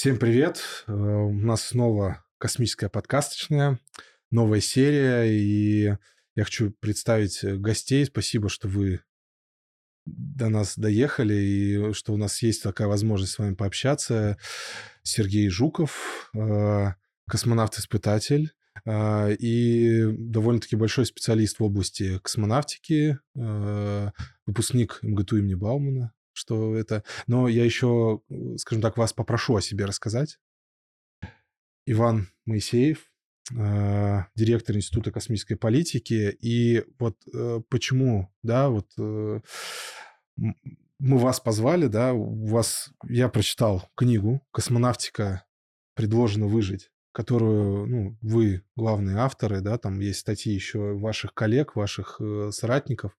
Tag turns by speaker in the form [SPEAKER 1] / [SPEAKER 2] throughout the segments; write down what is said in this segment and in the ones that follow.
[SPEAKER 1] Всем привет! У нас снова космическая подкасточная, новая серия, и я хочу представить гостей. Спасибо, что вы до нас доехали, и что у нас есть такая возможность с вами пообщаться. Сергей Жуков, космонавт-испытатель, и довольно-таки большой специалист в области космонавтики, выпускник МГТУ имени Баумана. Что это... Но я еще, скажем так, вас попрошу о себе рассказать. Иван Моисеев, директор Института космической политики. И вот почему, да, вот мы вас позвали, да, я прочитал книгу «Космонавтика. Предложено выжить», которую, вы главные авторы, да, там есть статьи еще ваших коллег, ваших соратников.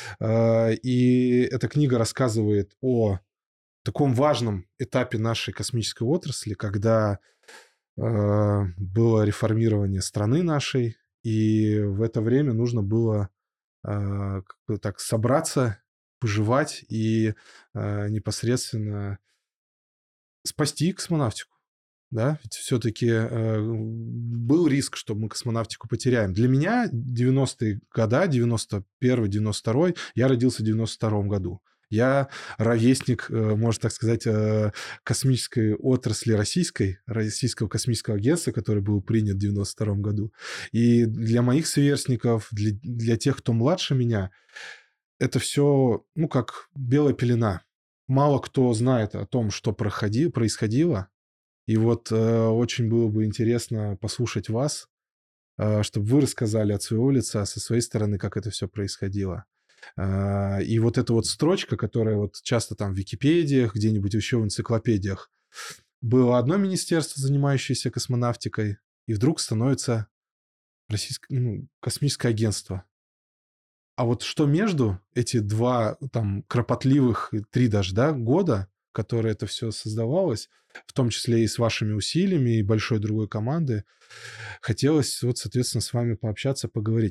[SPEAKER 1] И эта книга рассказывает о таком важном этапе нашей космической отрасли, когда было реформирование страны нашей, и в это время нужно было как-то так собраться, выживать и непосредственно спасти космонавтику. Да, ведь все-таки был риск, что мы космонавтику потеряем. Для меня 90-е годы, 91-й, 92-й, я родился в 92-м году. Я ровесник, можно так сказать, космической отрасли Российского космического агентства, который был принят в 92-м году. И для моих сверстников, для тех, кто младше меня, это все, как белая пелена. Мало кто знает о том, что происходило. И вот очень было бы интересно послушать вас, чтобы вы рассказали от своего лица, со своей стороны, как это все происходило. И вот эта вот строчка, которая вот часто там в Википедиях, где-нибудь еще в энциклопедиях, было одно министерство, занимающееся космонавтикой, и вдруг становится космическое агентство. А вот что между эти два там кропотливых, 3 даже, да, года, которые это все создавалось, в том числе и с вашими усилиями, и большой другой команды, хотелось вот, соответственно, с вами пообщаться, поговорить.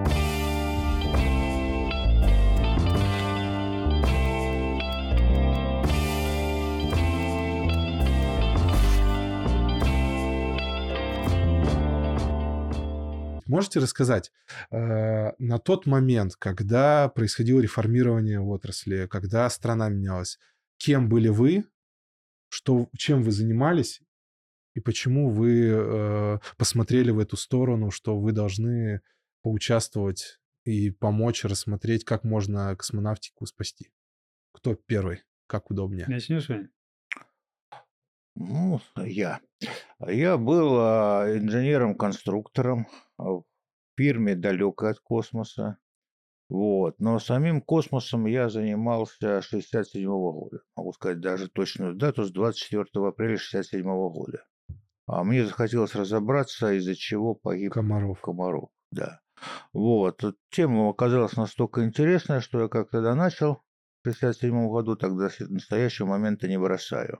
[SPEAKER 1] Можете рассказать, на тот момент, когда происходило реформирование в отрасли, когда страна менялась, кем были вы, чем вы занимались, и почему вы посмотрели в эту сторону, что вы должны поучаствовать и помочь рассмотреть, как можно космонавтику спасти? Кто первый? Как удобнее?
[SPEAKER 2] Начнешь, Вань?
[SPEAKER 3] Я. Я был инженером-конструктором в фирме далекой от космоса. Вот. Но самим космосом я занимался с 1967 года. Могу сказать даже точную дату, с 24 апреля 1967 года. А мне захотелось разобраться, из-за чего погиб Комаров. Да. Вот. Тема оказалась настолько интересная, что я как тогда начал в 1967 году, тогда с настоящего момента не бросаю.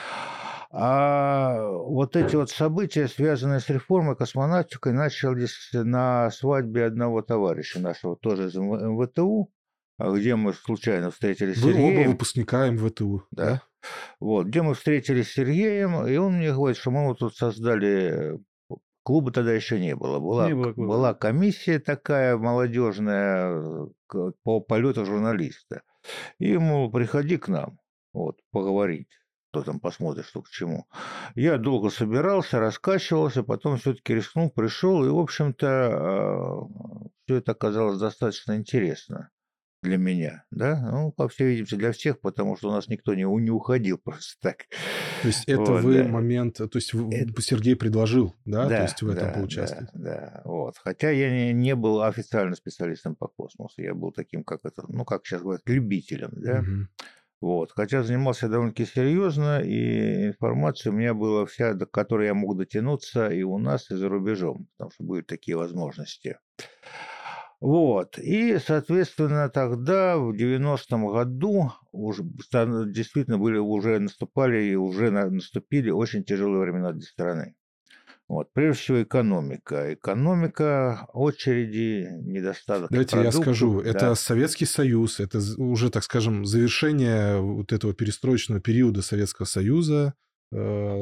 [SPEAKER 3] А вот эти вот события, связанные с реформой космонавтикой, начались на свадьбе одного товарища нашего, тоже из МВТУ, где мы случайно встретились с Сергеем.
[SPEAKER 1] Вы оба выпускника МВТУ, да?
[SPEAKER 3] Вот, где мы встретились с Сергеем, и он мне говорит, что мы вот тут создали... Клуба тогда еще не было. Была комиссия такая молодежная по полету журналиста. И ему приходи к нам, вот, поговорить. Кто там посмотрит, что к чему. Я долго собирался, раскачивался, потом все-таки рискнул, пришел, и, в общем-то, все это оказалось достаточно интересно для меня, да, по всей видимости, для всех, потому что у нас никто не уходил просто так.
[SPEAKER 1] То есть это момент, то есть Сергей предложил, да, то есть в этом поучаствовать?
[SPEAKER 3] Да, вот. Хотя я не был официально специалистом по космосу, я был таким, как сейчас говорят, любителем, да.
[SPEAKER 1] Угу.
[SPEAKER 3] Вот. Хотя занимался довольно-таки серьезно, и информация у меня была вся, до которой я мог дотянуться и у нас, и за рубежом, потому что были такие возможности. Вот. И, соответственно, тогда, в 90-м году, уже действительно наступили очень тяжелые времена для страны. Вот. Прежде всего, экономика. Экономика, очереди, недостаток
[SPEAKER 1] продуктов. Давайте я скажу. Да. Это Советский Союз, это уже, так скажем, завершение вот этого перестроечного периода Советского Союза.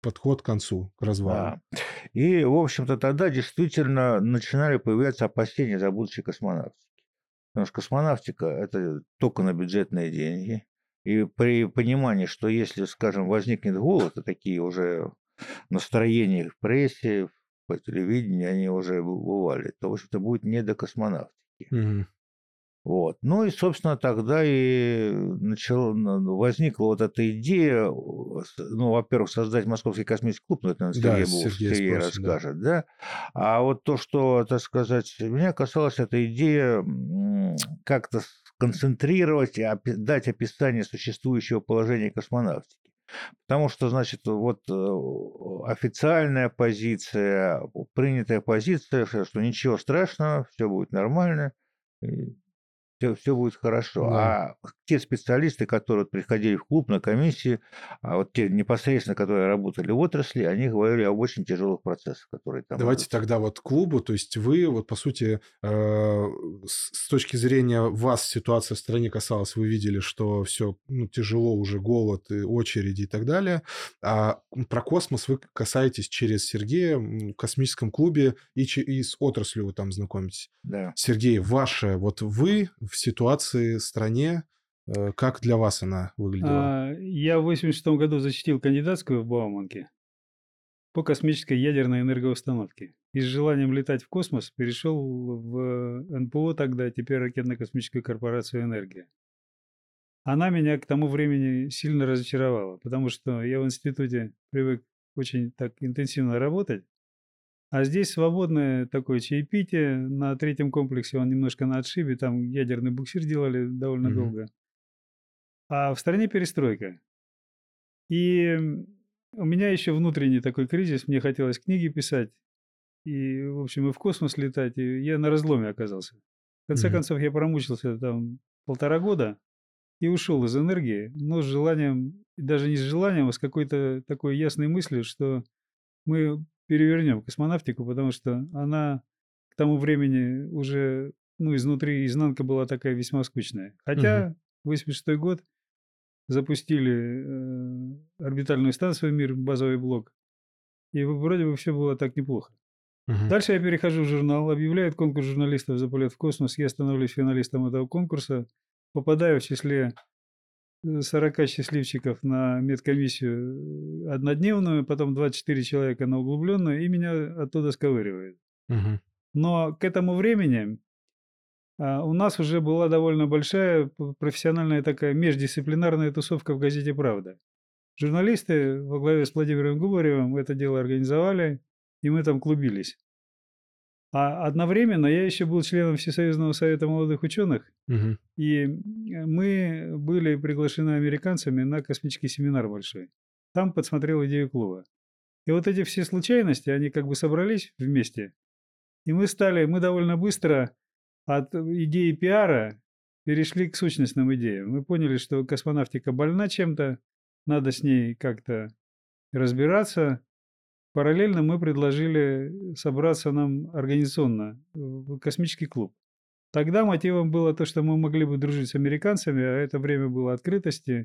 [SPEAKER 1] подход к концу, к развалу.
[SPEAKER 3] Да. И, в общем-то, тогда действительно начинали появляться опасения за будущее космонавтики. Потому что космонавтика – это только на бюджетные деньги. И при понимании, что если, скажем, возникнет голод, и такие уже настроения в прессе, по телевидению, они уже бывали, то, в общем-то, будет не до космонавтики.
[SPEAKER 1] Мгм.
[SPEAKER 3] Вот. Ну и, собственно, тогда и возникла вот эта идея, ну, во-первых, создать Московский космический клуб, ну, это, наверное,
[SPEAKER 1] Да, Сергей
[SPEAKER 3] Сергей
[SPEAKER 1] спросим, да.
[SPEAKER 3] расскажет, да. А вот то, что, так сказать, меня касалось эта идея как-то сконцентрировать и дать описание существующего положения космонавтики. Потому что, значит, вот официальная позиция, принятая позиция, что ничего страшного, все будет нормально, все будет хорошо.
[SPEAKER 1] Да.
[SPEAKER 3] А те специалисты, которые приходили в клуб на комиссии, а вот те непосредственно, которые работали в отрасли, они говорили об очень тяжелых процессах, которые там
[SPEAKER 1] Давайте
[SPEAKER 3] идут.
[SPEAKER 1] тогда вот к клубу, то есть вы вот по сути с точки зрения вас ситуация в стране касалась, вы видели, что все тяжело уже, голод, и очереди и так далее, а про космос вы касаетесь через Сергея в космическом клубе и с отраслью вы там знакомитесь.
[SPEAKER 3] Да.
[SPEAKER 1] Сергей, ваша, вот вы в ситуации в стране, как для вас она выглядела?
[SPEAKER 2] Я в 86 году защитил кандидатскую в Бауманке по космической ядерной энергоустановке. И с желанием летать в космос перешел в НПО тогда, теперь Ракетно-космическую корпорацию «Энергия». Она меня к тому времени сильно разочаровала, потому что я в институте привык очень так интенсивно работать, а здесь свободное такое чаепитие. На третьем комплексе он немножко на отшибе, там ядерный буксир делали довольно
[SPEAKER 1] Мгм.
[SPEAKER 2] долго. А в стране перестройка. И у меня еще внутренний такой кризис, мне хотелось книги писать, и, в общем, и в космос летать, и я на разломе оказался. В конце
[SPEAKER 1] Мгм.
[SPEAKER 2] концов, я промучился там 1,5 года и ушел из энергии, но с желанием, даже не с желанием, а с какой-то такой ясной мыслью, что мы перевернем космонавтику, потому что она к тому времени уже, ну, изнутри, изнанка была такая весьма скучная.
[SPEAKER 1] Мгм.
[SPEAKER 2] Хотя 86 год запустили орбитальную станцию «Мир», базовый блок, и вроде бы все было так неплохо.
[SPEAKER 1] Мгм.
[SPEAKER 2] Дальше я перехожу в журнал, объявляют конкурс журналистов за полет в космос, я становлюсь финалистом этого конкурса, попадаю в числе 40 счастливчиков на медкомиссию однодневную, потом 24 человека на углубленную, и меня оттуда сковыривают.
[SPEAKER 1] Мгм.
[SPEAKER 2] Но к этому времени у нас уже была довольно большая профессиональная такая междисциплинарная тусовка в газете «Правда». Журналисты во главе с Владимиром Губаревым это дело организовали, и мы там клубились. А одновременно я еще был членом Всесоюзного совета молодых ученых,
[SPEAKER 1] Мгм.
[SPEAKER 2] и мы были приглашены американцами на космический семинар большой. Там подсмотрел идею клуба. И вот эти все случайности, они как бы собрались вместе, и мы довольно быстро от идеи пиара перешли к сущностным идеям. Мы поняли, что космонавтика больна чем-то, надо с ней как-то разбираться. Параллельно мы предложили собраться нам организационно в космический клуб. Тогда мотивом было то, что мы могли бы дружить с американцами, а это время было открытости,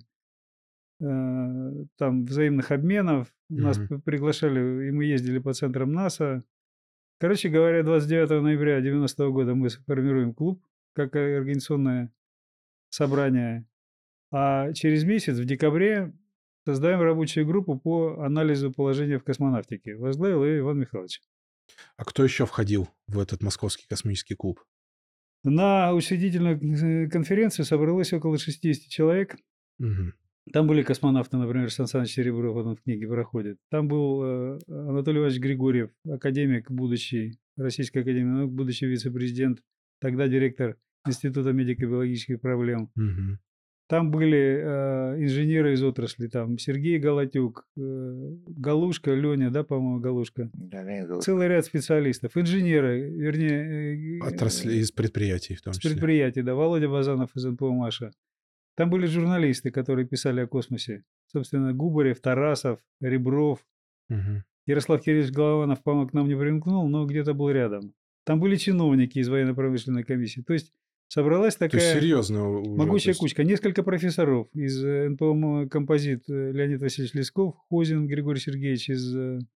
[SPEAKER 2] там взаимных обменов. Нас
[SPEAKER 1] Мгм.
[SPEAKER 2] приглашали, и мы ездили по центрам НАСА. Короче говоря, 29 ноября 90 года мы формируем клуб как организационное собрание, а через месяц, в декабре, создаем рабочую группу по анализу положения в космонавтике. Возглавил ее Иван Михайлович.
[SPEAKER 1] А кто еще входил в этот Московский космический клуб?
[SPEAKER 2] На учредительную конференцию собралось около 60 человек.
[SPEAKER 1] Мгм.
[SPEAKER 2] Там были космонавты, например, Сан Саныч Серебров, он в книге проходит. Там был Анатолий Иванович Григорьев, академик, будущий Российской академии наук, будущий вице-президент, тогда директор Института медико-биологических проблем.
[SPEAKER 1] Мгм.
[SPEAKER 2] Там были инженеры из отрасли, там Сергей Галатюк, Галушка, Леня, да, по-моему, Галушка.
[SPEAKER 3] Да, Леонид Галушка.
[SPEAKER 2] Целый ряд специалистов, инженеры, вернее,
[SPEAKER 1] Отрасли из предприятий в том
[SPEAKER 2] с
[SPEAKER 1] числе.
[SPEAKER 2] предприятий, да, Володя Базанов из НПО «Маша». Там были журналисты, которые писали о космосе. Собственно, Губарев, Тарасов, Ребров.
[SPEAKER 1] Мгм.
[SPEAKER 2] Ярослав Кириллович Голованов, по-моему, к нам не примкнул, но где-то был рядом. Там были чиновники из военно-промышленной комиссии. То есть собралась
[SPEAKER 1] То есть
[SPEAKER 2] такая
[SPEAKER 1] серьезно уже.
[SPEAKER 2] могучая кучка. Несколько профессоров из НПО «Композит» Леонид Васильевич Лесков, Хозин Григорий Сергеевич из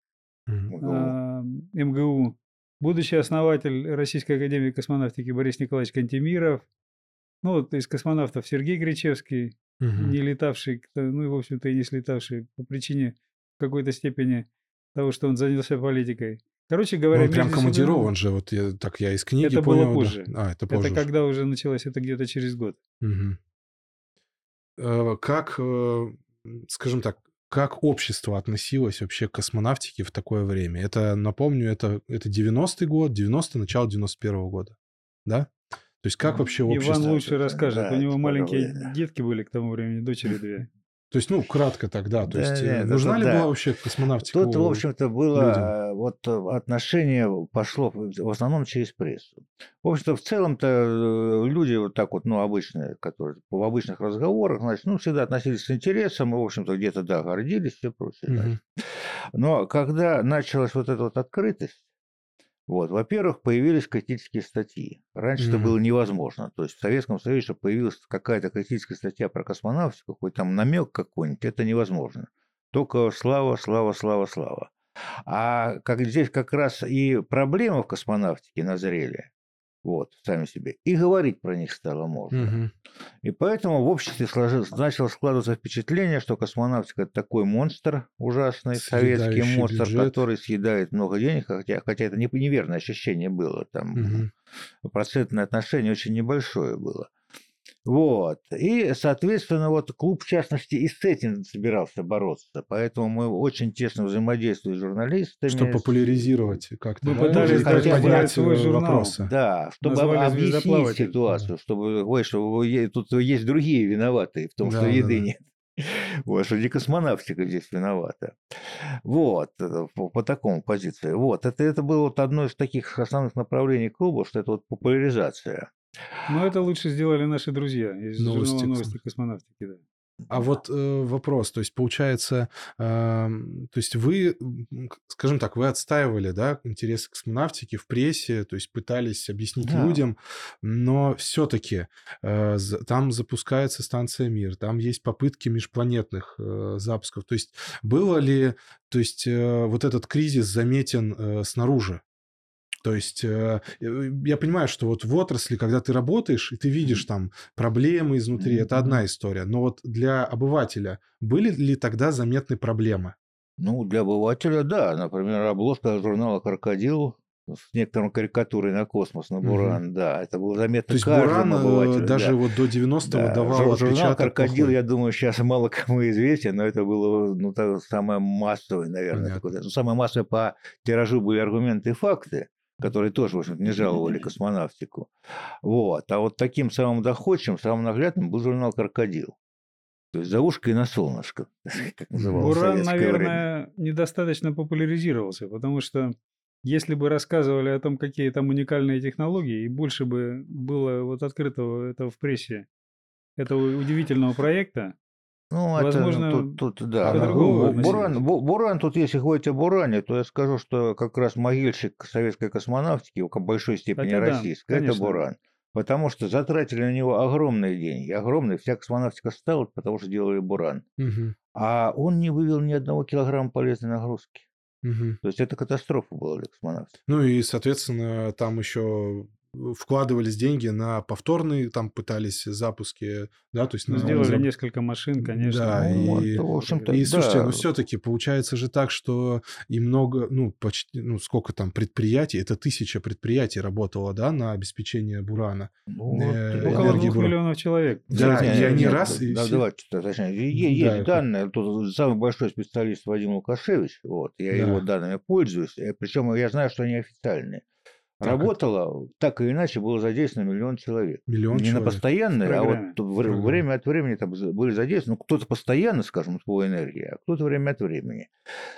[SPEAKER 2] МГУ, будущий основатель Российской академии космонавтики Борис Николаевич Кантемиров, ну вот из космонавтов Сергей Гречевский, не летавший, ну и в общем-то и не слетавший по причине в какой-то степени того, что он занялся политикой. Короче говоря,
[SPEAKER 1] он прям командирован же, вот я из книги
[SPEAKER 2] это
[SPEAKER 1] понял.
[SPEAKER 2] было позже.
[SPEAKER 1] Да. Это позже.
[SPEAKER 2] Это когда уже началось, это где-то через год.
[SPEAKER 1] Как, скажем так, как общество относилось вообще к космонавтике в такое время? Это, напомню, это 90-й год, начало 91-го года, да? То есть как вообще общество...
[SPEAKER 2] Иван лучше расскажет. У него маленькие детки были к тому времени, дочери 2.
[SPEAKER 1] То есть, кратко тогда. То есть, нужна ли была вообще космонавтика?
[SPEAKER 3] Тут, в общем-то, было вот отношение пошло в основном через прессу. В общем-то, в целом-то люди вот так вот, обычные, которые в обычных разговорах, значит, всегда относились с интересом, и, в общем-то, где-то, да, гордились и все прочее. Но когда началась вот эта вот открытость, во-первых, появились критические статьи. Раньше это было невозможно. То есть в Советском Союзе, чтобы появилась какая-то критическая статья про космонавтику, какой-то там намек какой-нибудь, это невозможно. Только слава. А здесь как раз и проблемы в космонавтике назрели, сами себе, и говорить про них стало можно. И поэтому в обществе начало складываться впечатление, что космонавтика – это такой монстр ужасный, советский монстр, который съедает много денег, хотя это неверное ощущение было, там процентное отношение очень небольшое было. И, соответственно, клуб, в частности, и с этим собирался бороться. Поэтому мы очень тесно взаимодействовали с журналистами.
[SPEAKER 1] Чтобы популяризировать как-то.
[SPEAKER 2] Мы пытались понять свой журнал.
[SPEAKER 1] Вопросы.
[SPEAKER 3] Да, чтобы объяснить ситуацию, чтобы тут есть другие виноватые в том, что еды нет. Что не космонавтика здесь виновата. По такому позиции. Это было одно из таких основных направлений клуба, что это популяризация.
[SPEAKER 2] Но это лучше сделали наши друзья из журнала «Новости космонавтики». Да.
[SPEAKER 1] А вопрос, то есть получается, то есть вы, скажем так, вы отстаивали, да, интересы космонавтики в прессе, то есть пытались объяснить людям, но все-таки там запускается станция «Мир», там есть попытки межпланетных запусков. То есть было ли, вот этот кризис заметен снаружи? То есть я понимаю, что в отрасли, когда ты работаешь, и ты видишь там проблемы изнутри, это одна история. Но для обывателя были ли тогда заметны проблемы?
[SPEAKER 3] Для обывателя, да. Например, обложка журнала «Крокодил» с некоторой карикатурой на космос, на Буран, да. Это было заметно каждому обывателю.
[SPEAKER 1] Даже до 90-го давал
[SPEAKER 3] журнал «Крокодил», плохой. Я думаю, сейчас мало кому известен, но это было самое массовое, наверное. Самое массовое по тиражу были аргументы и факты, которые тоже, в общем-то, не жаловали космонавтику. А таким самым доходчивым, самым наглядным был журнал «Крокодил». То есть «За ушко и на солнышко», как назывался
[SPEAKER 2] Буран, наверное, недостаточно популяризировался, потому что если бы рассказывали о том, какие там уникальные технологии, и больше бы было открытого этого в прессе, этого удивительного проекта, возможно,
[SPEAKER 3] Буран, тут, если говорить о Буране, то я скажу, что как раз могильщик советской космонавтики, в большой степени российской, это Буран. Потому что затратили на него огромные деньги, огромные. Вся космонавтика стала, потому что делали Буран. А он не вывел ни 1 килограмма полезной нагрузки. То есть это катастрофа была для космонавтики.
[SPEAKER 1] И, соответственно, там еще вкладывались деньги на повторные, там пытались запуски, да, то есть...
[SPEAKER 2] Сделали несколько машин, конечно.
[SPEAKER 1] Да, и слушайте, все-таки получается же так, что и много, почти, сколько там предприятий, это 1000 предприятий работало, да, на обеспечение Бурана.
[SPEAKER 2] Около 2 миллионов человек.
[SPEAKER 1] Да, и они
[SPEAKER 3] давайте точнее. Есть данные, тут самый большой специалист Вадим Лукашевич, я его данными пользуюсь, причем я знаю, что они официальные. Работало, так или иначе, было задействовано 1 000 000 человек. Не на постоянное, а время от времени там были задействованы. Кто-то постоянно, скажем, по энергии, а кто-то время от времени.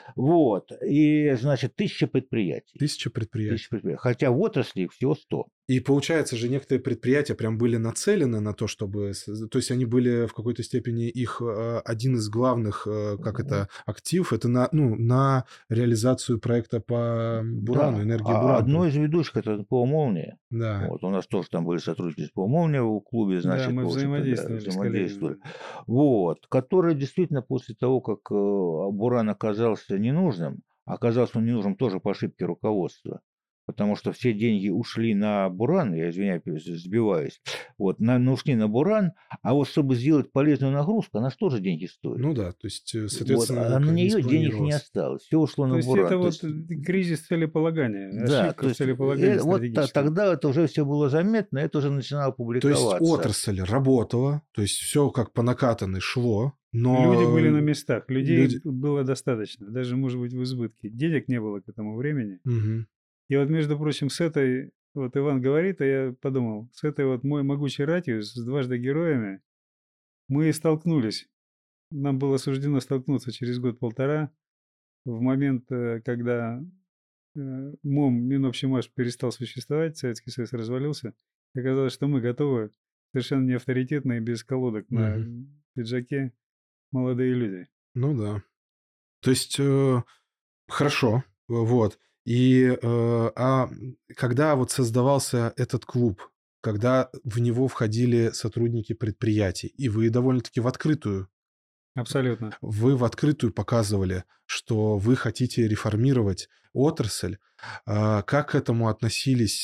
[SPEAKER 3] И, значит, 1000 предприятий.
[SPEAKER 1] 1000 предприятий.
[SPEAKER 3] Хотя в отрасли их всего 100.
[SPEAKER 1] И получается же, некоторые предприятия прям были нацелены на то, чтобы... То есть они были в какой-то степени их один из главных, актив, это на реализацию проекта по Бурану, энергии Буран.
[SPEAKER 3] Одно из ведущих это ПО «Молния».
[SPEAKER 1] Да.
[SPEAKER 3] Вот, у нас тоже там были сотрудники с ПО «Молния» в клубе, значит,
[SPEAKER 2] да, мы взаимодействовали.
[SPEAKER 3] Вот, который действительно после того, как Буран оказался ненужным, оказался он ненужным тоже по ошибке руководства, потому что все деньги ушли на Буран, я извиняюсь, сбиваюсь, вот, ушли на Буран, а вот чтобы сделать полезную нагрузку, она же тоже деньги стоит.
[SPEAKER 1] Ну да, то есть, соответственно...
[SPEAKER 3] Вот, а на нее денег не осталось, все ушло на Буран.
[SPEAKER 2] То есть это кризис целеполагания,
[SPEAKER 3] да,
[SPEAKER 2] ошибка в целеполагании стратегическом.
[SPEAKER 3] Вот тогда это уже все было заметно, это уже начинало публиковаться.
[SPEAKER 1] То есть отрасль работала, то есть все как по накатанной шло, но...
[SPEAKER 2] Люди были на местах, людей было достаточно, даже, может быть, в избытке. Денег не было к этому времени.
[SPEAKER 1] Угу.
[SPEAKER 2] И вот, между прочим, с этой, вот Иван говорит, а я подумал, с этой вот мой могучей ратью, с дважды героями, мы и столкнулись. Нам было суждено столкнуться через год-полтора, в момент, когда МОМ, Минобщемаш, перестал существовать, Советский Союз развалился. И оказалось, что мы готовы, совершенно неавторитетные, без колодок на пиджаке, молодые люди.
[SPEAKER 1] Ну да. То есть, хорошо, вот. И когда вот создавался этот клуб, когда в него входили сотрудники предприятий, и вы довольно-таки в открытую...
[SPEAKER 2] Абсолютно.
[SPEAKER 1] Вы в открытую показывали, что вы хотите реформировать отрасль. Как к этому относились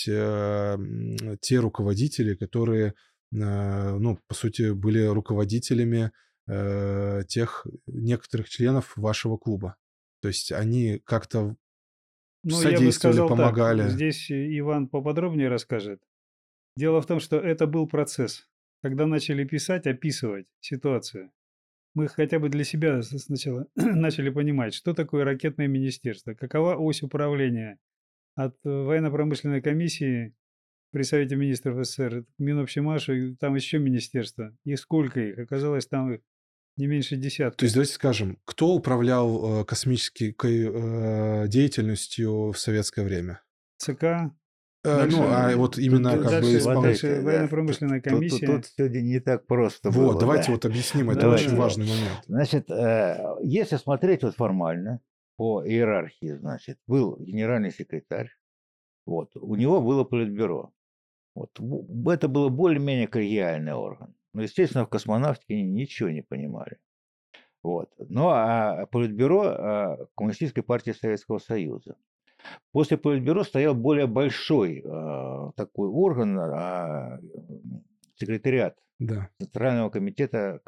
[SPEAKER 1] те руководители, которые, по сути, были руководителями тех некоторых членов вашего клуба? То есть они как-то содействовали,
[SPEAKER 2] я бы сказал
[SPEAKER 1] помогали?
[SPEAKER 2] Так, здесь Иван поподробнее расскажет. Дело в том, что это был процесс. Когда начали писать, описывать ситуацию, мы хотя бы для себя сначала начали понимать, что такое ракетное министерство, какова ось управления от военно-промышленной комиссии при Совете министров СССР, Минобщемашу, и там еще министерства. И сколько их? Оказалось, там их не меньше десятка.
[SPEAKER 1] То есть, давайте скажем, кто управлял космической деятельностью в советское время?
[SPEAKER 2] ЦК.
[SPEAKER 1] Вот именно
[SPEAKER 2] дальше военно-промышленная комиссия.
[SPEAKER 3] Тут все не так просто
[SPEAKER 1] было.
[SPEAKER 3] Вот,
[SPEAKER 1] давайте вот объясним, это очень важный момент.
[SPEAKER 3] Значит, если смотреть вот формально, по иерархии, значит, был генеральный секретарь, вот, у него было политбюро. Вот, это было более-менее коллегиальный орган. Но, естественно, в космонавтике ничего не понимали. Вот. Ну, а политбюро Коммунистической партии Советского Союза. После политбюро стоял более большой такой орган, секретариат Центрального комитета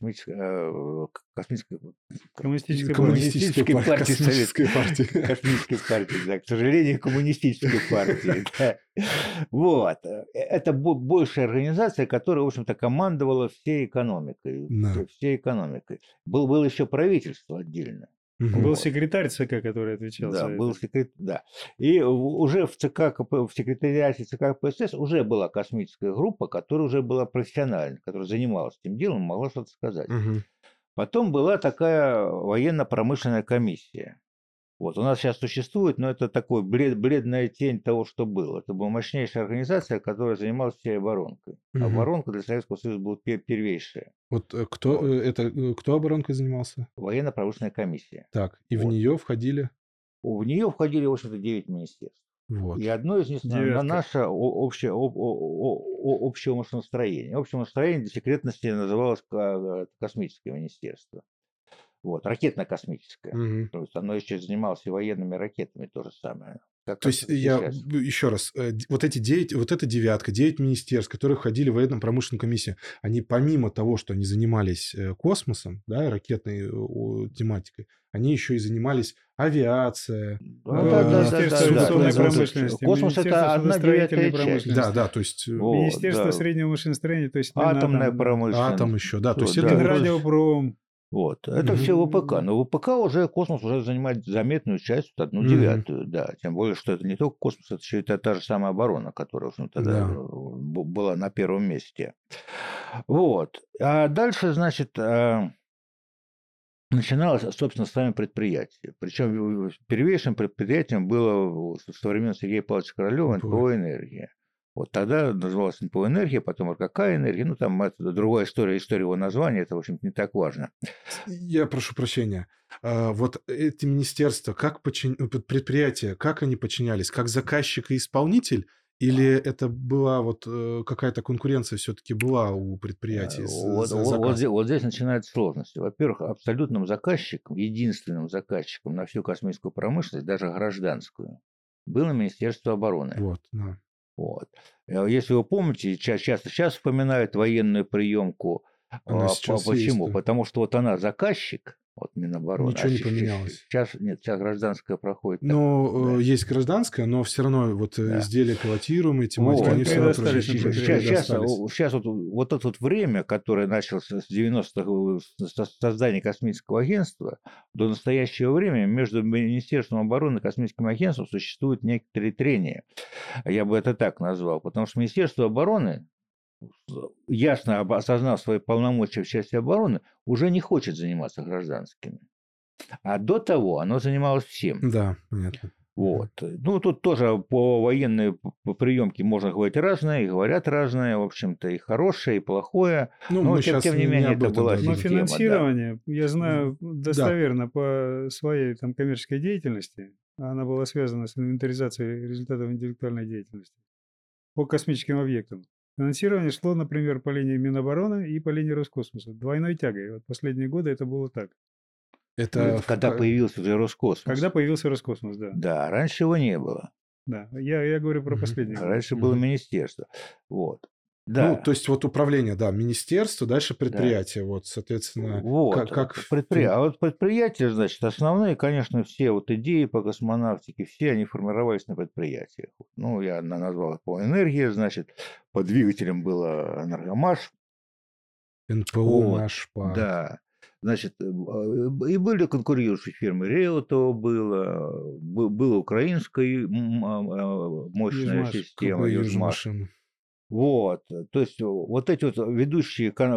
[SPEAKER 3] Коммунистической партии, да, к сожалению, коммунистической партии. Да. Вот. Это большая организация, которая, в общем-то, командовала всей экономикой. Всей экономикой. Было еще правительство отдельно.
[SPEAKER 2] Был секретарь ЦК, который отвечал за это.
[SPEAKER 3] Был секретарь, да. И уже в секретариате ЦК КПСС уже была космическая группа, которая уже была профессиональной, которая занималась этим делом, могла что-то сказать. Потом была такая военно-промышленная комиссия. Вот, у нас сейчас существует, но это такой бледная тень того, что было. Это была мощнейшая организация, которая занималась всей оборонкой. Оборонка для Советского Союза была первейшая.
[SPEAKER 1] Вот кто оборонкой занимался?
[SPEAKER 3] Военно-промышленная комиссия.
[SPEAKER 1] Так, и в нее входили?
[SPEAKER 3] В нее входили, в общем-то, 9 министерств.
[SPEAKER 1] Вот.
[SPEAKER 3] И одно из них наше общее машиностроение. Общее машиностроение для секретности называлось космическое министерство. Вот, ракетно-космическое. То есть оно еще занималось и военными ракетами, то же самое.
[SPEAKER 1] То есть я еще раз, вот это 9 министерств, которые входили в военно-промышленную комиссию, они помимо того, что они занимались космосом, да, ракетной тематикой, они еще и занимались авиацией.
[SPEAKER 2] Министерство авиационной промышленности.
[SPEAKER 3] Космос – это одна девятая часть.
[SPEAKER 1] Да, то есть...
[SPEAKER 2] Министерство среднего машиностроения, то есть...
[SPEAKER 3] Атомная промышленность.
[SPEAKER 1] Атом еще, да. То есть
[SPEAKER 2] Радиопром.
[SPEAKER 3] Вот. Это все ВПК. Но ВПК уже космос уже занимает заметную часть, 1/9. Да. Тем более, что это не только космос, это еще и та же самая оборона, которая, в общем-то, была на первом месте. Вот. А дальше, значит, начиналось, собственно, с вами предприятие. Причем первейшим предприятием было со времен Сергея Павловича Королева НПО «Энергия». Вот тогда называлась НПО «Энергия», потом РКК «Энергия». Ну, там это другая история его названия, это, в общем-то, не так важно.
[SPEAKER 1] Я прошу прощения. Вот эти министерства, предприятия, как они подчинялись? Как заказчик и исполнитель? Или это была вот какая-то конкуренция все-таки была у предприятий за заказ?
[SPEAKER 3] Вот здесь начинаются сложности. Во-первых, абсолютным заказчиком, единственным заказчиком на всю космическую промышленность, даже гражданскую, было Министерство обороны.
[SPEAKER 1] Вот, да.
[SPEAKER 3] Вот. Если вы помните, часто сейчас вспоминают военную приемку. Почему?
[SPEAKER 1] Есть.
[SPEAKER 3] Потому что вот она заказчик, вот Минобороны.
[SPEAKER 1] Ничего не поменялось.
[SPEAKER 3] Сейчас гражданская проходит.
[SPEAKER 1] Но есть гражданская, но все равно вот изделия пилотируемые, тематика, они все равно
[SPEAKER 3] Сейчас вот это вот время, которое началось с 90-х создания космического агентства, до настоящего времени между Министерством обороны и космическим агентством существуют некоторые трения. Я бы это так назвал. Потому что Министерство обороны, ясно осознав свои полномочия в части обороны, уже не хочет заниматься гражданскими. А до того оно занималось всем.
[SPEAKER 1] Да, понятно.
[SPEAKER 3] Вот. Ну, тут тоже по военной приемке можно говорить разное, и говорят разное, в общем-то, и хорошее, и плохое. Но, тем не менее, это была система.
[SPEAKER 2] Но финансирование, я знаю достоверно по своей там коммерческой деятельности, она была связана с инвентаризацией результатов интеллектуальной деятельности по космическим объектам. Финансирование шло, например, по линии Минобороны и по линии Роскосмоса. Двойной тягой. Вот последние годы это было так.
[SPEAKER 3] Это когда появился уже Роскосмос.
[SPEAKER 2] Когда появился Роскосмос, да.
[SPEAKER 3] Да, раньше его не было.
[SPEAKER 2] Да, я говорю про последние годы.
[SPEAKER 3] Раньше было министерство. Вот. Да.
[SPEAKER 1] Ну, то есть вот управление, да, министерство, дальше предприятие, да. Вот, соответственно,
[SPEAKER 3] вот. А вот предприятия, значит, основные, конечно, все вот идеи по космонавтике, все они формировались на предприятиях. Ну, я назвал их по энергии, значит, по двигателям было «Энергомаш».
[SPEAKER 1] НПО «Маш»,
[SPEAKER 3] да. Значит, и были конкурирующие фирмы. Реутова была украинская мощная система «Южмаш». Вот, то есть вот эти вот ведущие... По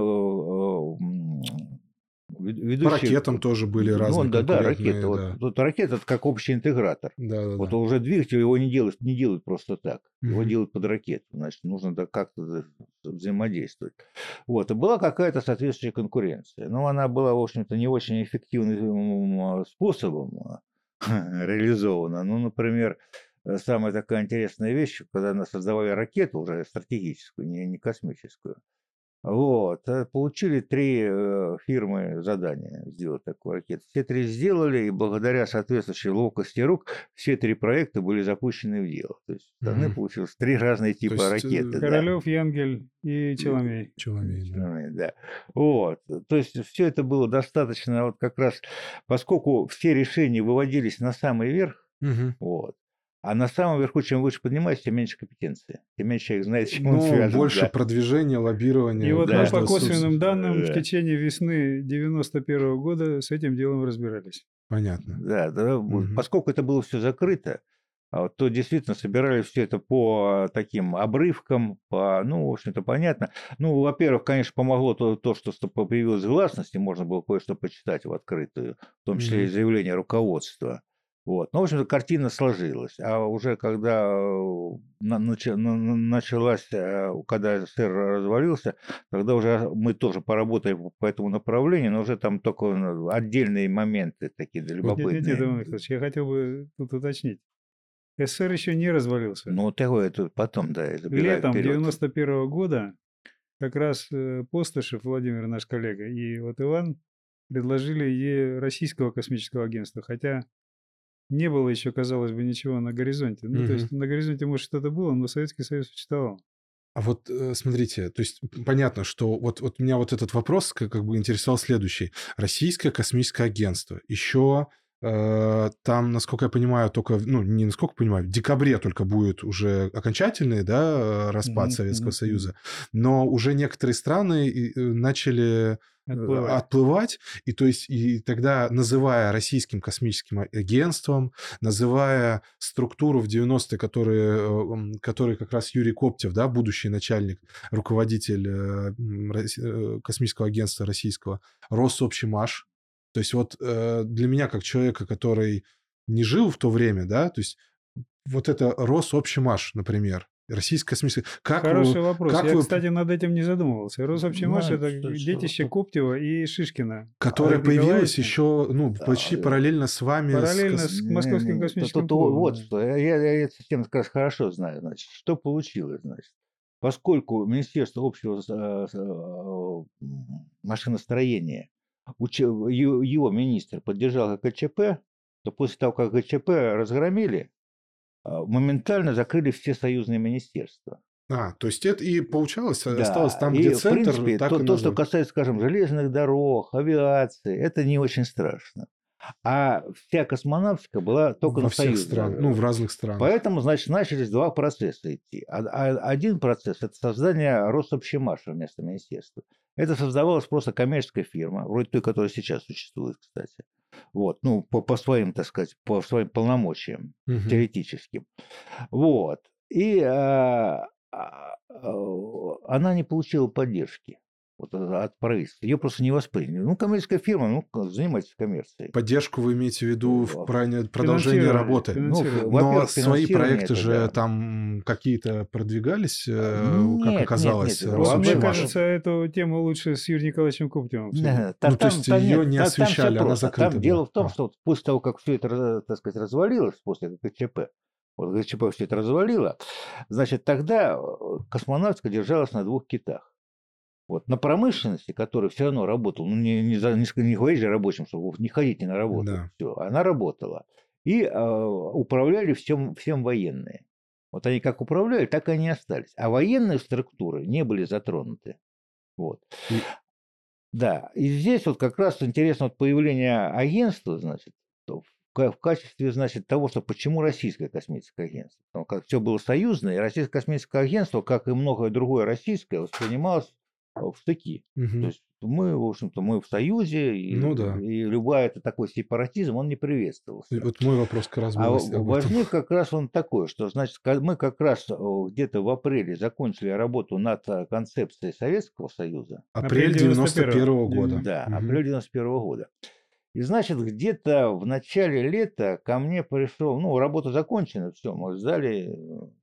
[SPEAKER 1] ракетам тоже были разные
[SPEAKER 3] ракеты. Да. Вот ракета – это как общий интегратор. Вот уже двигатель его не делают просто так. Его делают под ракету. Значит, нужно как-то взаимодействовать. Вот. И была какая-то соответствующая конкуренция. Но она была, в общем-то, не очень эффективным способом реализована. Ну, например, самая такая интересная вещь, когда создавали ракету уже стратегическую, не космическую. Вот. Получили 3 фирмы задание сделать такую ракету. Все 3 сделали, и благодаря соответствующей ловкости рук все 3 проекта были запущены в дело. То есть у страны получилось 3 разные типа ракеты.
[SPEAKER 2] Королёв, Янгель и Челомей.
[SPEAKER 3] Да. Вот. То есть все это было достаточно, вот как раз, поскольку все решения выводились на самый верх, вот. А на самом верху, чем выше поднимаешься, тем меньше компетенции. Тем меньше человек знает, с чем он связан.
[SPEAKER 1] Больше продвижения, лоббирования.
[SPEAKER 2] И вот мы по косвенным данным в течение весны 91 года с этим делом разбирались.
[SPEAKER 1] Понятно.
[SPEAKER 3] Да. Поскольку это было все закрыто, то действительно собирали все это по таким обрывкам, в общем-то, понятно. Ну, во-первых, конечно, помогло то, что появилась гласность, и можно было кое-что почитать в открытую, в том числе и заявление руководства. Вот. Ну, в общем-то, картина сложилась. А уже когда началась, когда СССР развалился, тогда уже мы тоже поработали по этому направлению, но уже там только отдельные моменты такие любопытные.
[SPEAKER 2] Нет, Иван Михайлович, я хотел бы тут уточнить. СССР еще не развалился.
[SPEAKER 3] Ну, это потом, да.
[SPEAKER 2] Летом 91 года как раз Постышев, Владимир, наш коллега, и вот Иван предложили идею российского космического агентства, хотя не было еще, казалось бы, ничего на горизонте. Ну, то есть на горизонте, может, что-то было, но Советский Союз существовал.
[SPEAKER 1] А вот смотрите, то есть понятно, что вот меня вот этот вопрос как бы интересовал следующий. Российское космическое агентство. Еще там, насколько я понимаю, только, не насколько понимаю, в декабре только будет уже окончательный, да, распад Советского Союза, но уже некоторые страны начали отплывать, и то есть и тогда, называя российским космическим агентством, называя структуру в 90-е, который как раз Юрий Коптев, да, будущий начальник, руководитель космического агентства российского, Рособщемаш. То есть вот для меня, как человека, который не жил в то время, да, то есть вот это Рособщемаш, например, Российская космическая...
[SPEAKER 2] Хороший вопрос.
[SPEAKER 1] как
[SPEAKER 2] Я,
[SPEAKER 1] вы...
[SPEAKER 2] кстати, над этим не задумывался. Рособщемаш
[SPEAKER 3] Ну,
[SPEAKER 2] это
[SPEAKER 3] что-
[SPEAKER 2] детище Коптева и Шишкина.
[SPEAKER 1] Которая
[SPEAKER 2] Олег
[SPEAKER 1] появилась
[SPEAKER 2] Николаевич
[SPEAKER 1] еще, ну, почти параллельно с вами.
[SPEAKER 2] параллельно с Московским
[SPEAKER 3] Не-не,
[SPEAKER 2] космическим
[SPEAKER 3] тут вот
[SPEAKER 2] клубом. да.
[SPEAKER 3] что, я эту тему как раз хорошо знаю, значит, что получилось, значит. Поскольку Министерство общего машиностроения, его министр поддержал ГКЧП, то после того, как ГКЧП разгромили, моментально закрыли все союзные министерства.
[SPEAKER 1] То есть это и получалось,
[SPEAKER 3] Да,
[SPEAKER 1] осталось там,
[SPEAKER 3] и
[SPEAKER 1] где
[SPEAKER 3] в
[SPEAKER 1] центр,
[SPEAKER 3] принципе,
[SPEAKER 1] так и
[SPEAKER 3] то, что
[SPEAKER 1] назвали.
[SPEAKER 3] касается, скажем, железных дорог, авиации, это не очень страшно. А вся космонавтика была только
[SPEAKER 1] Во
[SPEAKER 3] на
[SPEAKER 1] всех
[SPEAKER 3] союзных.
[SPEAKER 1] странах, ну, в разных странах.
[SPEAKER 3] Поэтому, значит, начались два процесса идти. Один процесс – это создание Рособщемаша вместо министерства. Это создавалась просто коммерческая фирма, вроде той, которая сейчас существует, кстати. Вот, ну, по своим, так сказать, по своим полномочиям теоретическим. Вот. И она не получила поддержки от правительства. Ее просто не восприняли. Ну, коммерческая фирма, ну, занимайтесь коммерцией.
[SPEAKER 1] Поддержку вы имеете в виду в продолжение работы? Но свои проекты же там какие-то продвигались, как оказалось?
[SPEAKER 2] Вот мне кажется, эту тему лучше с Юрием Николаевичем Коптевым.
[SPEAKER 1] Ну, то есть ее не освещали, она закрыта.
[SPEAKER 3] Там дело в том, что после того, как все это, так сказать, развалилось, после ГКЧП, вот ГКЧП все это развалило, значит, тогда космонавтика держалась на двух китах. Вот, на промышленности, которая все равно работала, ну, не говорить же рабочим, чтобы не ходите на работу,
[SPEAKER 1] Да.
[SPEAKER 3] все, она работала. И управляли всем военные. Вот они как управляли, так и они остались. А военные структуры не были затронуты. Вот. Да, и здесь вот как раз интересно вот появление агентства, значит, в качестве, значит, того, что почему российское космическое агентство. Потому как все было союзное, и российское космическое агентство, как и многое другое российское, воспринималось в штыки. То есть мы, в общем-то, мы в союзе, и, и любой это такой сепаратизм, он не приветствовался.
[SPEAKER 1] И вот мой вопрос как раз был.
[SPEAKER 3] Возник как раз он такой, что, значит, мы как раз где-то в апреле закончили работу над концепцией Советского Союза.
[SPEAKER 1] Апрель 91-го года.
[SPEAKER 3] Да, апрель 91-го года. И, значит, где-то в начале лета ко мне пришел, ну, работа закончена, все, мы сдали,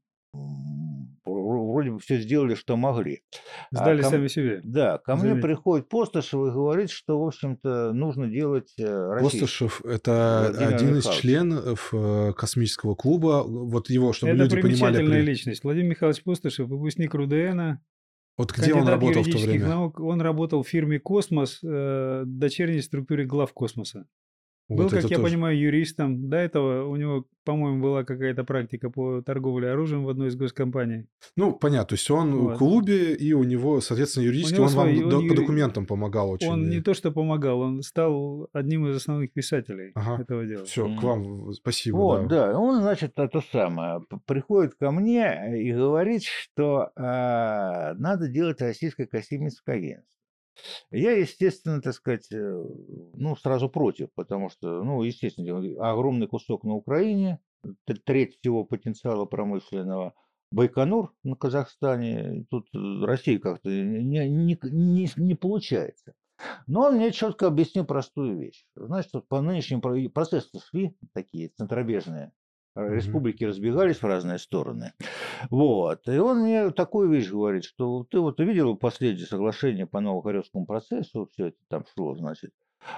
[SPEAKER 3] вроде бы все сделали, что могли.
[SPEAKER 2] Сдали сами себе.
[SPEAKER 3] Да, ко мне приходит Постышев и говорит, что, в общем-то, нужно делать российский.
[SPEAKER 1] Постышев – это один из членов космического клуба. Вот его, чтобы люди понимали.
[SPEAKER 2] Это примечательная личность. Владимир Михайлович Постышев, выпускник РУДН.
[SPEAKER 1] Вот где он работал в то время?
[SPEAKER 2] Наук. Он работал в фирме «Космос», дочерней структуре главкосмоса.
[SPEAKER 1] Вот
[SPEAKER 2] был, как я понимаю, юристом. До этого у него, по-моему, была какая-то практика по торговле оружием в одной из госкомпаний.
[SPEAKER 1] Ну, понятно. То есть он в клубе, и у него, соответственно, юридически он вам по документам помогал очень.
[SPEAKER 2] Он не то что помогал, он стал одним из основных писателей этого дела.
[SPEAKER 1] Все, к вам спасибо.
[SPEAKER 3] Вот, да. Он, значит, то самое, приходит ко мне и говорит, что надо делать российское космическое агентство. Я, естественно, так сказать, ну, сразу против, потому что, ну, естественно, огромный кусок на Украине, треть всего потенциала промышленного, Байконур на Казахстане, тут Россия как-то не получается. Но он мне четко объяснил простую вещь. Значит, вот по нынешним процессам шли такие центробежные, республики разбегались в разные стороны. Вот. И он мне такую вещь говорит, что ты вот видел последнее соглашение по Новокорейскому процессу, все это там шло, значит,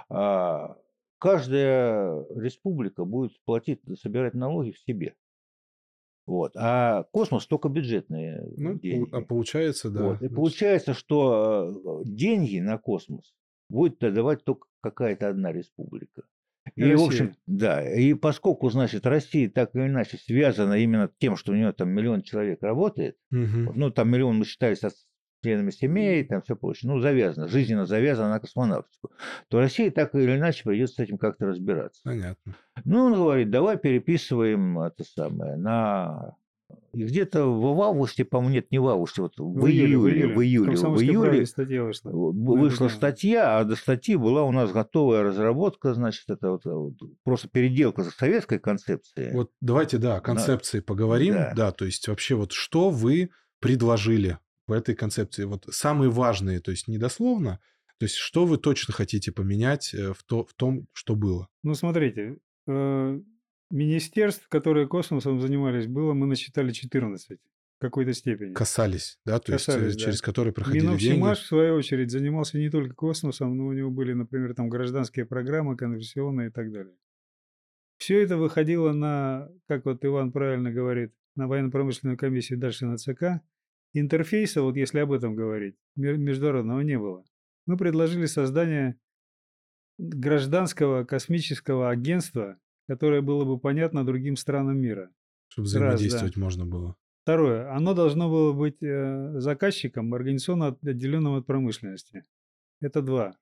[SPEAKER 3] каждая республика будет собирать налоги в себе. Вот. А космос только бюджетные деньги.
[SPEAKER 1] А получается, да.
[SPEAKER 3] Вот. И получается, что деньги на космос будет давать только какая-то одна республика. И, в общем, да, и поскольку, значит, Россия так или иначе связана именно тем, что у нее там 1 миллион человек работает, ну, там 1 миллион мы считали со членами семей, там все прочее, ну, завязано, жизненно завязана на космонавтику, то России так или иначе придется с этим как-то разбираться.
[SPEAKER 1] Понятно.
[SPEAKER 3] Ну, он говорит, давай переписываем это самое на... И где-то в августе, по-моему, нет, не в августе, вот в июле вышла статья, а до статьи была у нас готовая разработка, значит, это вот просто переделка советской концепции.
[SPEAKER 1] Вот давайте, о концепции поговорим. Да, то есть вообще вот что вы предложили в этой концепции? Вот самые важные, то есть не дословно, то есть что вы точно хотите поменять в том, что было?
[SPEAKER 2] Ну, смотрите, министерств, которые космосом занимались, мы насчитали 14. какой-то степени.
[SPEAKER 1] Касались, да, то есть
[SPEAKER 2] Касались, да.
[SPEAKER 1] через которые проходили деньги.
[SPEAKER 2] Минобщимаш, в свою очередь, занимался не только космосом, но у него были, например, там гражданские программы, конверсионные и так далее. Все это выходило на, как вот Иван правильно говорит, на военно-промышленную комиссию, дальше на ЦК. Интерфейса, вот если об этом говорить, международного не было. Мы предложили создание гражданского космического агентства, которое было бы понятно другим странам мира.
[SPEAKER 1] Чтобы
[SPEAKER 2] Раз, да.
[SPEAKER 1] взаимодействовать можно было.
[SPEAKER 2] Второе. Оно должно было быть заказчиком, организационно отделенным от промышленности. Это два.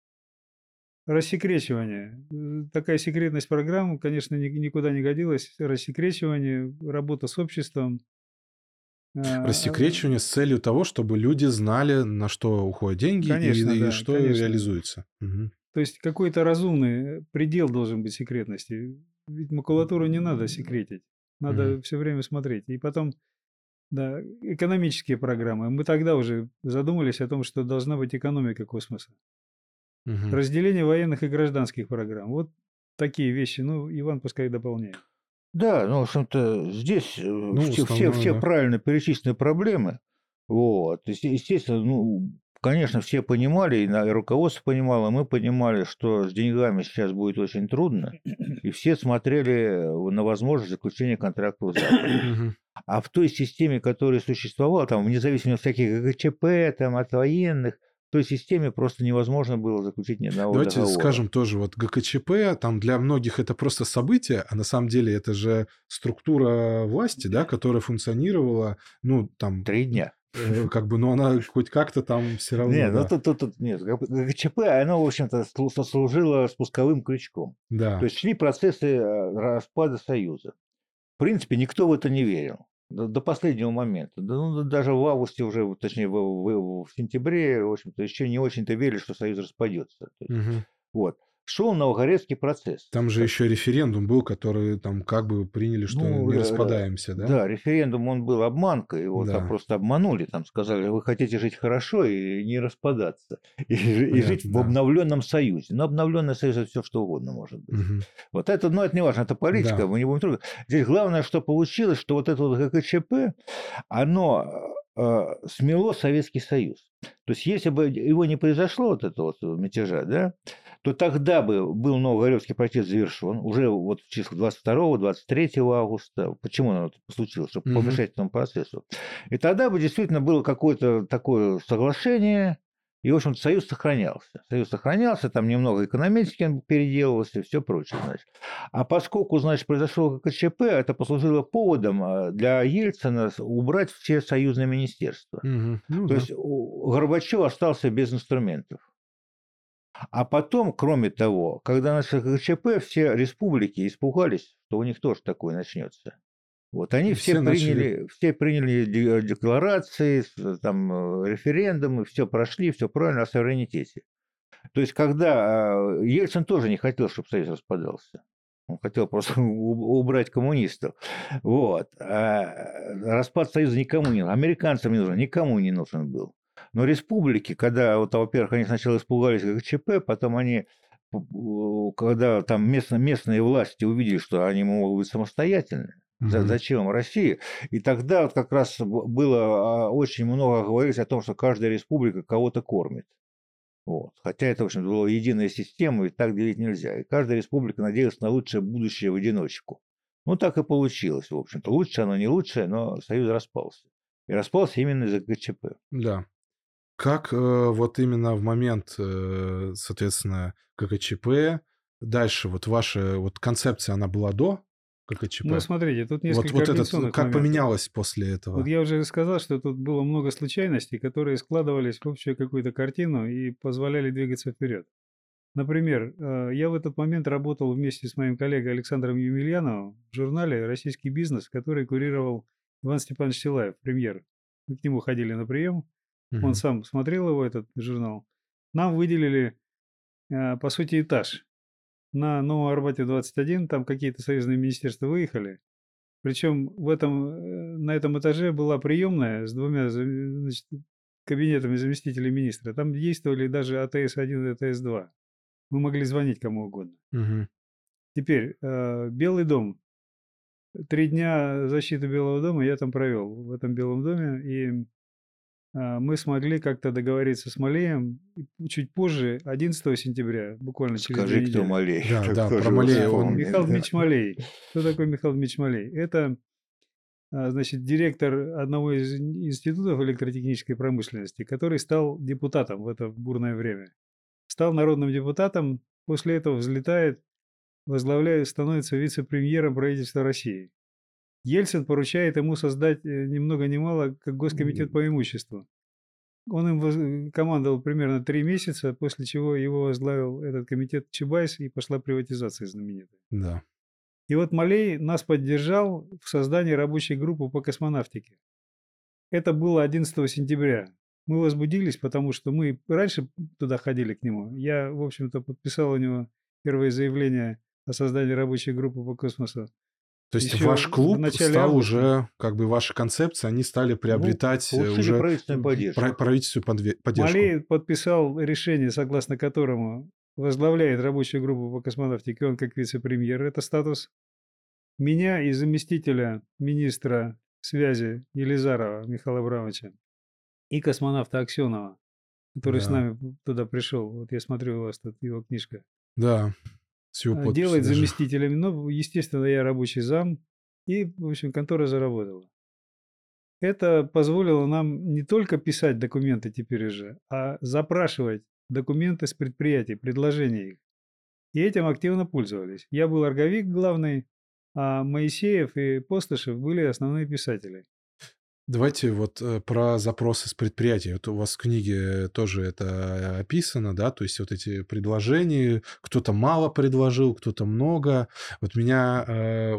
[SPEAKER 2] Рассекречивание. Такая секретность программ, конечно, никуда не годилась. Рассекречивание, работа с обществом.
[SPEAKER 1] Рассекречивание с целью того, чтобы люди знали, на что уходят деньги
[SPEAKER 2] Конечно,
[SPEAKER 1] и
[SPEAKER 2] да,
[SPEAKER 1] что
[SPEAKER 2] конечно.
[SPEAKER 1] реализуется. Угу.
[SPEAKER 2] То есть какой-то разумный предел должен быть секретности. Ведь макулатуру не надо секретить. Надо все время смотреть. И потом, да, экономические программы. Мы тогда уже задумались о том, что должна быть экономика космоса.
[SPEAKER 1] Угу.
[SPEAKER 2] Разделение военных и гражданских программ. Вот такие вещи. Ну, Иван пускай дополняет.
[SPEAKER 3] Да, ну, в общем-то, здесь все
[SPEAKER 1] да.
[SPEAKER 3] правильно перечислены проблемы. Вот. Естественно, ну, конечно, все понимали, и руководство понимало, мы понимали, что с деньгами сейчас будет очень трудно, и все смотрели на возможность заключения контрактов с Западом. А в той системе, которая существовала, там, вне зависимости от всяких ГКЧП, там, от военных, в той системе просто невозможно было заключить ни одного
[SPEAKER 1] Давайте
[SPEAKER 3] договора.
[SPEAKER 1] скажем тоже, вот ГКЧП, там для многих это просто событие, а на самом деле это же структура власти, да, которая функционировала, ну, там...
[SPEAKER 3] 3 дня.
[SPEAKER 1] Как бы, но она хоть как-то там все равно...
[SPEAKER 3] Нет,
[SPEAKER 1] да.
[SPEAKER 3] ну тут нет. ГКЧП, оно, в общем-то, служило спусковым крючком.
[SPEAKER 1] Да.
[SPEAKER 3] То есть шли процессы распада Союза. В принципе, никто в это не верил. До последнего момента. Ну, даже в августе уже, точнее, в сентябре, в общем-то, еще не очень-то верили, что Союз распадется. Вот. Шел Новогородский процесс.
[SPEAKER 1] Там же еще референдум был, который там как бы приняли, что не распадаемся, да?
[SPEAKER 3] Да, референдум, он был обманкой, его там просто обманули, там сказали, вы хотите жить хорошо и не распадаться, и жить в обновленном союзе. Но обновленный союз – это все, что угодно может быть. Вот это, ну, это не важно, это политика,
[SPEAKER 1] Да.
[SPEAKER 3] мы не будем трогать. Здесь главное, что получилось, что вот это вот ГКЧП, оно смело Советский Союз. То есть, если бы его не произошло, вот это вот мятежа, да, то тогда бы был Новогородский протест завершен, уже вот в числах 22-23 августа. Почему оно случилось? Чтобы помешать этому процессу. И тогда бы действительно было какое-то такое соглашение, и, в общем-то, Союз сохранялся. Союз сохранялся, там немного экономически переделывался и все прочее, значит. А поскольку, значит, произошло ГКЧП, это послужило поводом для Ельцина убрать все союзные министерства.
[SPEAKER 1] Ну,
[SPEAKER 3] то есть Горбачев остался без инструментов. А потом, кроме того, когда начался ГКЧП, все республики испугались, что у них тоже такое начнется. Вот они все приняли декларации, там, референдумы, все прошли, все правильно о суверенитете. То есть, когда Ельцин тоже не хотел, чтобы Союз распадался. Он хотел просто убрать коммунистов. Вот. А распад Союза никому не нужен. Американцам не нужен, никому не нужен был. Но республики, когда, вот, во-первых, они сначала испугались ГКЧП, потом они, когда там местные власти увидели, что они могут быть самостоятельны, зачем России? И тогда вот как раз было очень много говорить о том, что каждая республика кого-то кормит. Вот. Хотя это, в общем, была единая система, и так делить нельзя. И каждая республика надеялась на лучшее будущее в одиночку. Ну, так и получилось, в общем-то. Лучше оно, не лучшее, но Союз распался. И распался именно из-за ГКЧП.
[SPEAKER 1] Да. Как вот именно в момент, соответственно, ГКЧП, дальше вот ваша вот концепция, она была до ГКЧП?
[SPEAKER 2] Ну, смотрите, тут несколько
[SPEAKER 1] вот
[SPEAKER 2] организационных
[SPEAKER 1] как
[SPEAKER 2] моментов.
[SPEAKER 1] поменялось после этого?
[SPEAKER 2] Вот я уже сказал, что тут было много случайностей, которые складывались в общую какую-то картину и позволяли двигаться вперед. Например, я в этот момент работал вместе с моим коллегой Александром Емельяновым в журнале «Российский бизнес», который курировал Иван Степанович Силаев, премьер. Мы к нему ходили на прием, он сам смотрел его, этот журнал. Нам выделили, по сути, этаж. На Новом Арбате 21, там какие-то союзные министерства выехали. Причем на этом этаже была приемная с двумя, значит, кабинетами заместителей министра. Там действовали даже АТС-1 и АТС-2. Мы могли звонить кому угодно. Теперь Белый дом 3 дня защиты Белого дома я там провел, в этом Белом доме. И мы смогли как-то договориться с Малеем. И чуть позже, 11 сентября, буквально через 2
[SPEAKER 3] Скажи, кто
[SPEAKER 2] недели.
[SPEAKER 3] Малей.
[SPEAKER 1] Да,
[SPEAKER 3] Так
[SPEAKER 1] да,
[SPEAKER 3] тоже
[SPEAKER 1] про
[SPEAKER 3] его
[SPEAKER 1] Малея он...
[SPEAKER 3] вспомнил.
[SPEAKER 2] Михаил Дмитриевич Малей. Кто такой Михаил Дмитриевич Малей? Это, значит, директор одного из институтов электротехнической промышленности, который стал депутатом в это бурное время. Стал народным депутатом, после этого взлетает, возглавляет, становится вице-премьером правительства России. Ельцин поручает ему создать ни много ни мало как Госкомитет по имуществу. Он им командовал примерно 3 месяца, после чего его возглавил этот комитет Чубайс, и пошла приватизация знаменитая.
[SPEAKER 1] Да.
[SPEAKER 2] И вот Малей нас поддержал в создании рабочей группы по космонавтике. Это было 11 сентября. Мы возбудились, потому что мы раньше туда ходили к нему. Я, в общем-то, подписал у него первое заявление о создании рабочей группы по космосу.
[SPEAKER 1] То есть
[SPEAKER 2] Еще
[SPEAKER 1] ваш
[SPEAKER 2] в
[SPEAKER 1] клуб
[SPEAKER 2] начале
[SPEAKER 1] стал
[SPEAKER 2] августа.
[SPEAKER 1] уже, как бы ваши концепции, они стали приобретать
[SPEAKER 3] получили
[SPEAKER 1] уже
[SPEAKER 3] правительственную поддержку.
[SPEAKER 1] правительственную поддержку.
[SPEAKER 2] Малей подписал решение, согласно которому возглавляет рабочую группу по космонавтике, он как вице-премьер, это статус. Меня и заместителя министра связи Елизарова Михаила Абрамовича и космонавта Аксенова, который с
[SPEAKER 1] Да.
[SPEAKER 2] нами туда пришел. Вот я смотрю, у вас тут его книжка.
[SPEAKER 1] Да, с его подписью
[SPEAKER 2] Делает
[SPEAKER 1] даже.
[SPEAKER 2] заместителями. Ну, естественно, я рабочий зам. И, в общем, контора заработала. Это позволило нам не только писать документы теперь уже, а запрашивать документы с предприятий, предложения их. И этим активно пользовались. Я был орговик главный, а Моисеев и Постышев были основные писатели.
[SPEAKER 1] Давайте вот про запросы с предприятий. Вот у вас в книге тоже это описано, да, то есть вот эти предложения, кто-то мало предложил, кто-то много. Вот меня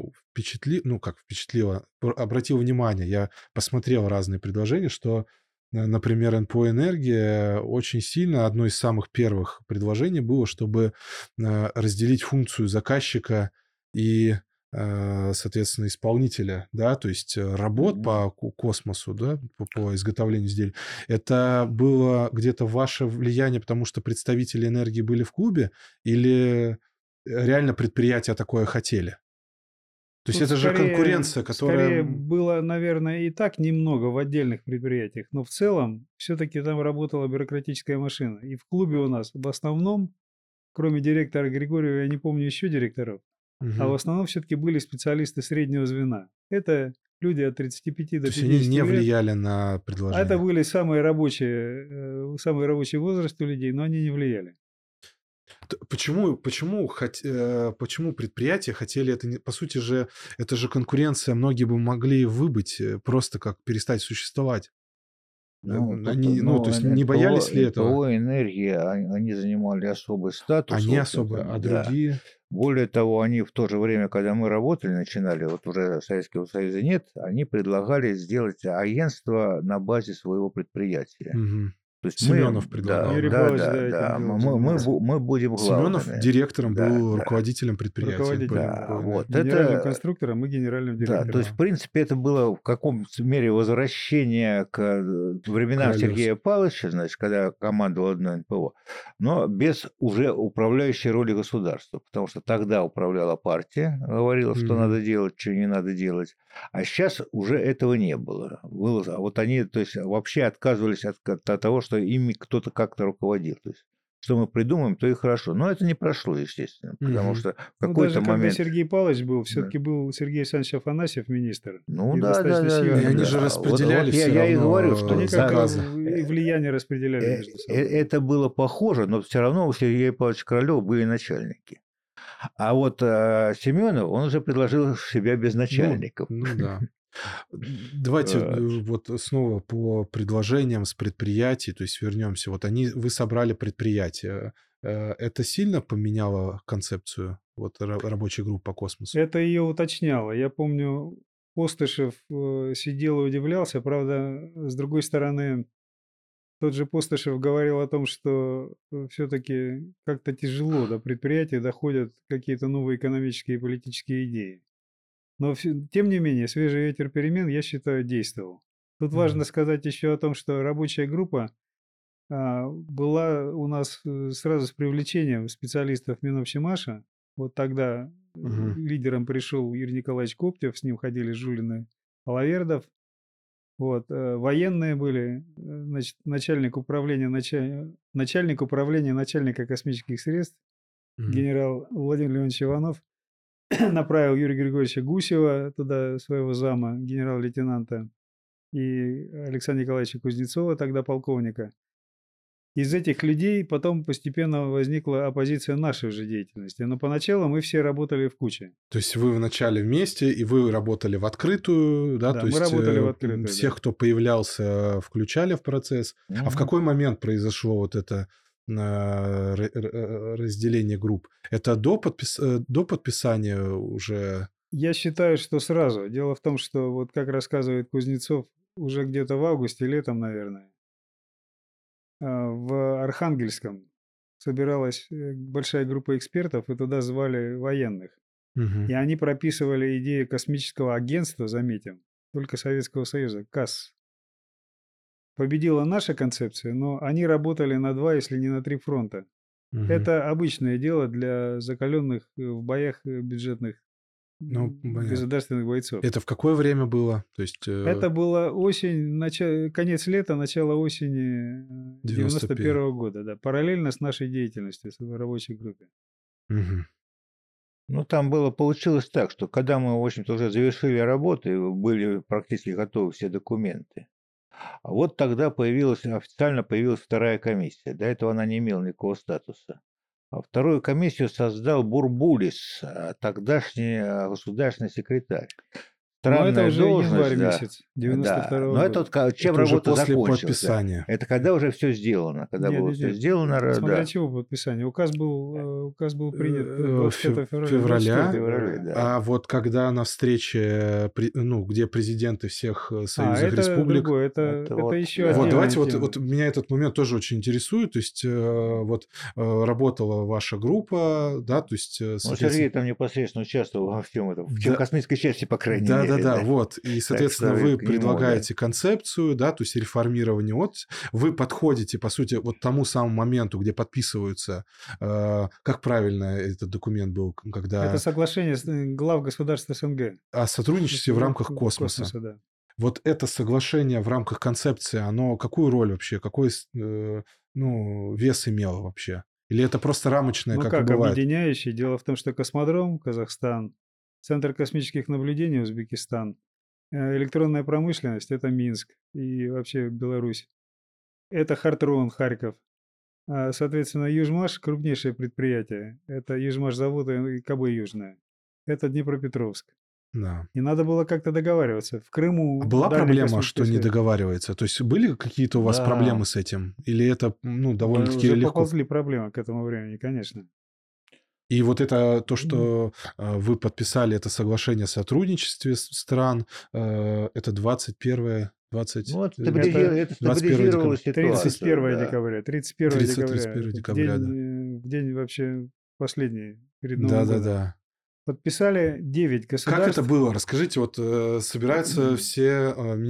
[SPEAKER 1] впечатлило, обратил внимание, я посмотрел разные предложения, что, например, НПО «Энергия» очень сильно, одно из самых первых предложений было, чтобы разделить функцию заказчика и соответственно, исполнителя, да, то есть работ по космосу, да, по изготовлению изделий. Это было где-то ваше влияние, потому что представители энергии были в клубе, или реально предприятия такое хотели? То есть
[SPEAKER 2] Тут
[SPEAKER 1] это же конкуренция,
[SPEAKER 2] скорее
[SPEAKER 1] которая...
[SPEAKER 2] было, наверное, и так немного в отдельных предприятиях, но в целом все-таки там работала бюрократическая машина. И в клубе у нас в основном, кроме директора Григорьева, я не помню еще директоров, а в
[SPEAKER 1] Мгм.
[SPEAKER 2] основном все-таки были специалисты среднего звена. Это люди от 35
[SPEAKER 1] То
[SPEAKER 2] до
[SPEAKER 1] есть они
[SPEAKER 2] 50
[SPEAKER 1] не
[SPEAKER 2] лет.
[SPEAKER 1] влияли на
[SPEAKER 2] А это
[SPEAKER 1] предложение.
[SPEAKER 2] были самый рабочий возраст у людей, но они не влияли.
[SPEAKER 1] Почему предприятия хотели это? По сути же, это же конкуренция, многие бы могли выбыть, просто как перестать существовать.
[SPEAKER 3] Ну, тут,
[SPEAKER 1] Они, то есть не
[SPEAKER 3] НПО,
[SPEAKER 1] боялись ли этого?
[SPEAKER 3] НПО «Энергия», они занимали особый статус.
[SPEAKER 1] Они
[SPEAKER 3] вот
[SPEAKER 1] особо,
[SPEAKER 3] это,
[SPEAKER 1] а
[SPEAKER 3] да.
[SPEAKER 1] другие?
[SPEAKER 3] Более того, они в то же время, когда мы работали, начинали, вот уже Советского Союза нет, они предлагали сделать агентство на базе своего предприятия.
[SPEAKER 1] Мгм.
[SPEAKER 3] То есть
[SPEAKER 1] Семенов
[SPEAKER 3] мы,
[SPEAKER 1] предлагал,
[SPEAKER 3] да,
[SPEAKER 2] Юрий
[SPEAKER 1] да?
[SPEAKER 3] да,
[SPEAKER 2] Павлович,
[SPEAKER 3] да,
[SPEAKER 2] да,
[SPEAKER 3] да,
[SPEAKER 2] этим делом занимался.
[SPEAKER 3] мы будем
[SPEAKER 1] Семенов
[SPEAKER 3] главными.
[SPEAKER 1] директором
[SPEAKER 3] Да,
[SPEAKER 1] был,
[SPEAKER 3] да.
[SPEAKER 1] руководителем предприятия
[SPEAKER 2] Руководителем,
[SPEAKER 1] по
[SPEAKER 3] Да,
[SPEAKER 1] энергии.
[SPEAKER 3] вот
[SPEAKER 2] Генеральным
[SPEAKER 3] это,
[SPEAKER 2] конструктором и генеральным
[SPEAKER 3] да, то
[SPEAKER 2] директором.
[SPEAKER 3] есть, в принципе, это было в каком-то мере возвращение к временам
[SPEAKER 1] Королевс.
[SPEAKER 3] Сергея Павловича, значит, когда командовал одно НПО, но без уже управляющей роли государства, потому что тогда управляла партия, говорила, что
[SPEAKER 1] Мгм.
[SPEAKER 3] надо делать, что не надо делать, а сейчас уже этого не было. А вот они, то есть, вообще отказывались от того, что ими кто-то как-то руководил. То есть, что мы придумаем, то и хорошо. Но это не прошло, естественно, потому
[SPEAKER 1] Мгм.
[SPEAKER 3] что в
[SPEAKER 2] Ну,
[SPEAKER 3] какой-то
[SPEAKER 2] даже когда
[SPEAKER 3] момент...
[SPEAKER 2] Сергей Павлович был,
[SPEAKER 3] Да.
[SPEAKER 2] все-таки был Сергей Александрович Афанасьев, министр.
[SPEAKER 3] Ну
[SPEAKER 2] И
[SPEAKER 3] да,
[SPEAKER 2] достаточно
[SPEAKER 3] да,
[SPEAKER 2] сильный
[SPEAKER 1] И они
[SPEAKER 2] был.
[SPEAKER 1] же
[SPEAKER 3] да.
[SPEAKER 1] распределяли
[SPEAKER 3] Вот
[SPEAKER 1] все
[SPEAKER 3] я и говорю,
[SPEAKER 1] равно
[SPEAKER 3] что
[SPEAKER 2] Они
[SPEAKER 3] за-
[SPEAKER 2] как-то
[SPEAKER 1] заказы.
[SPEAKER 2] и влияние распределяли между собой.
[SPEAKER 3] это было похоже, но все равно у Сергея Павловича Королева были начальники. А вот Семенов, он уже предложил себя без начальников.
[SPEAKER 1] Ну да. Давайте вот снова по предложениям с предприятий, то есть вернемся. Вот вы собрали предприятие. Это сильно поменяло концепцию вот рабочей группы по космосу?
[SPEAKER 2] Это ее уточняло. Я помню, Постышев сидел и удивлялся. Правда, с другой стороны, тот же Постышев говорил о том, что все-таки как-то тяжело до предприятия доходят какие-то новые экономические и политические идеи. Но тем не менее, свежий ветер перемен, я считаю, действовал. Тут важно сказать еще о том, что рабочая группа была у нас сразу с привлечением специалистов Минобщимаша. Вот тогда Лидером пришел Юрий Николаевич Коптев, с ним ходили Жулин и Алавердов. Вот, военные были, значит, начальник управления начальника космических средств генерал Владимир Леонидович Иванов направил Юрия Григорьевича Гусева туда, своего зама, генерал-лейтенанта, и Александра Николаевича Кузнецова, тогда полковника. Из этих людей потом постепенно возникла оппозиция нашей же деятельности. Но поначалу мы все работали в куче.
[SPEAKER 1] То есть вы вначале вместе, и вы работали в открытую, да?
[SPEAKER 2] Да,
[SPEAKER 1] То
[SPEAKER 2] мы
[SPEAKER 1] есть
[SPEAKER 2] работали в открытую.
[SPEAKER 1] всех, кто появлялся, включали в процесс. А в какой момент произошло вот это разделение групп? Это до подписания уже?
[SPEAKER 2] Я считаю, что сразу. Дело в том, что, вот как рассказывает Кузнецов, уже где-то в августе, летом, наверное, в Архангельском собиралась большая группа экспертов, и туда звали военных. И они прописывали идею космического агентства, заметим, только Советского Союза, КАС. Победила наша концепция, но они работали на 2, если не на 3 фронта. Это обычное дело для закаленных в боях бюджетных государственных бойцов.
[SPEAKER 1] Это в какое время было? То есть,
[SPEAKER 2] это было осень, конец лета, начало осени 91-го года, да, параллельно с нашей деятельностью в рабочей группе.
[SPEAKER 3] Ну, там получилось так, что когда мы, в общем-то, уже завершили работу и были практически готовы все документы, а вот тогда официально появилась вторая комиссия. До этого она не имела никакого статуса. А вторую комиссию создал Бурбулис, тогдашний государственный секретарь.
[SPEAKER 2] Но это уже январь месяц 92-го
[SPEAKER 3] года. Но это вот чем работа
[SPEAKER 1] после
[SPEAKER 3] закончилась.
[SPEAKER 1] Подписания.
[SPEAKER 3] Да. Это когда уже все сделано. Когда было все сделано.
[SPEAKER 2] Смотря чего подписание. Указ был принят 25
[SPEAKER 1] февраля.
[SPEAKER 3] Да.
[SPEAKER 1] А вот когда на встрече, где президенты всех союзов республик...
[SPEAKER 2] Другое, это еще
[SPEAKER 1] Вот давайте, вот меня этот момент тоже очень интересует. То есть вот работала ваша группа, да, то есть...
[SPEAKER 3] Сергей там непосредственно участвовал во всем этом. В космической части, по крайней мере.
[SPEAKER 1] Да, вот. И, соответственно, вы предлагаете концепцию, да, то есть реформирование. Вот вы подходите, по сути, вот тому самому моменту, где подписываются, как правильно этот документ был, когда...
[SPEAKER 2] Это соглашение глав государств СНГ.
[SPEAKER 1] О сотрудничестве в рамках космоса.
[SPEAKER 2] Да.
[SPEAKER 1] Вот это соглашение в рамках концепции, оно какую роль вообще, какой вес имело вообще? Или это просто рамочное, как бывает?
[SPEAKER 2] Объединяющее. Дело в том, что космодром, Казахстан, Центр космических наблюдений, Узбекистан, электронная промышленность – это Минск и вообще Беларусь. Это Хартрон, Харьков. Соответственно, Южмаш – крупнейшее предприятие. Это Южмаш-завод и КБ Южное. Это Днепропетровск.
[SPEAKER 1] Да.
[SPEAKER 2] И надо было как-то договариваться. В Крыму...
[SPEAKER 1] А была проблема, что не договаривается? То есть были какие-то у вас проблемы с этим? Или это довольно-таки легко?
[SPEAKER 2] Уже поползли проблемы к этому времени, конечно.
[SPEAKER 1] И вот это то, что вы подписали это соглашение о сотрудничестве стран, это 21
[SPEAKER 3] стабилизировало ситуацию.
[SPEAKER 2] 31 декабря.
[SPEAKER 1] 31 декабря,
[SPEAKER 2] в день вообще последний, перед Новым годом.
[SPEAKER 1] Да.
[SPEAKER 2] Подписали 9 государств.
[SPEAKER 1] Как это было? Расскажите, вот собираются все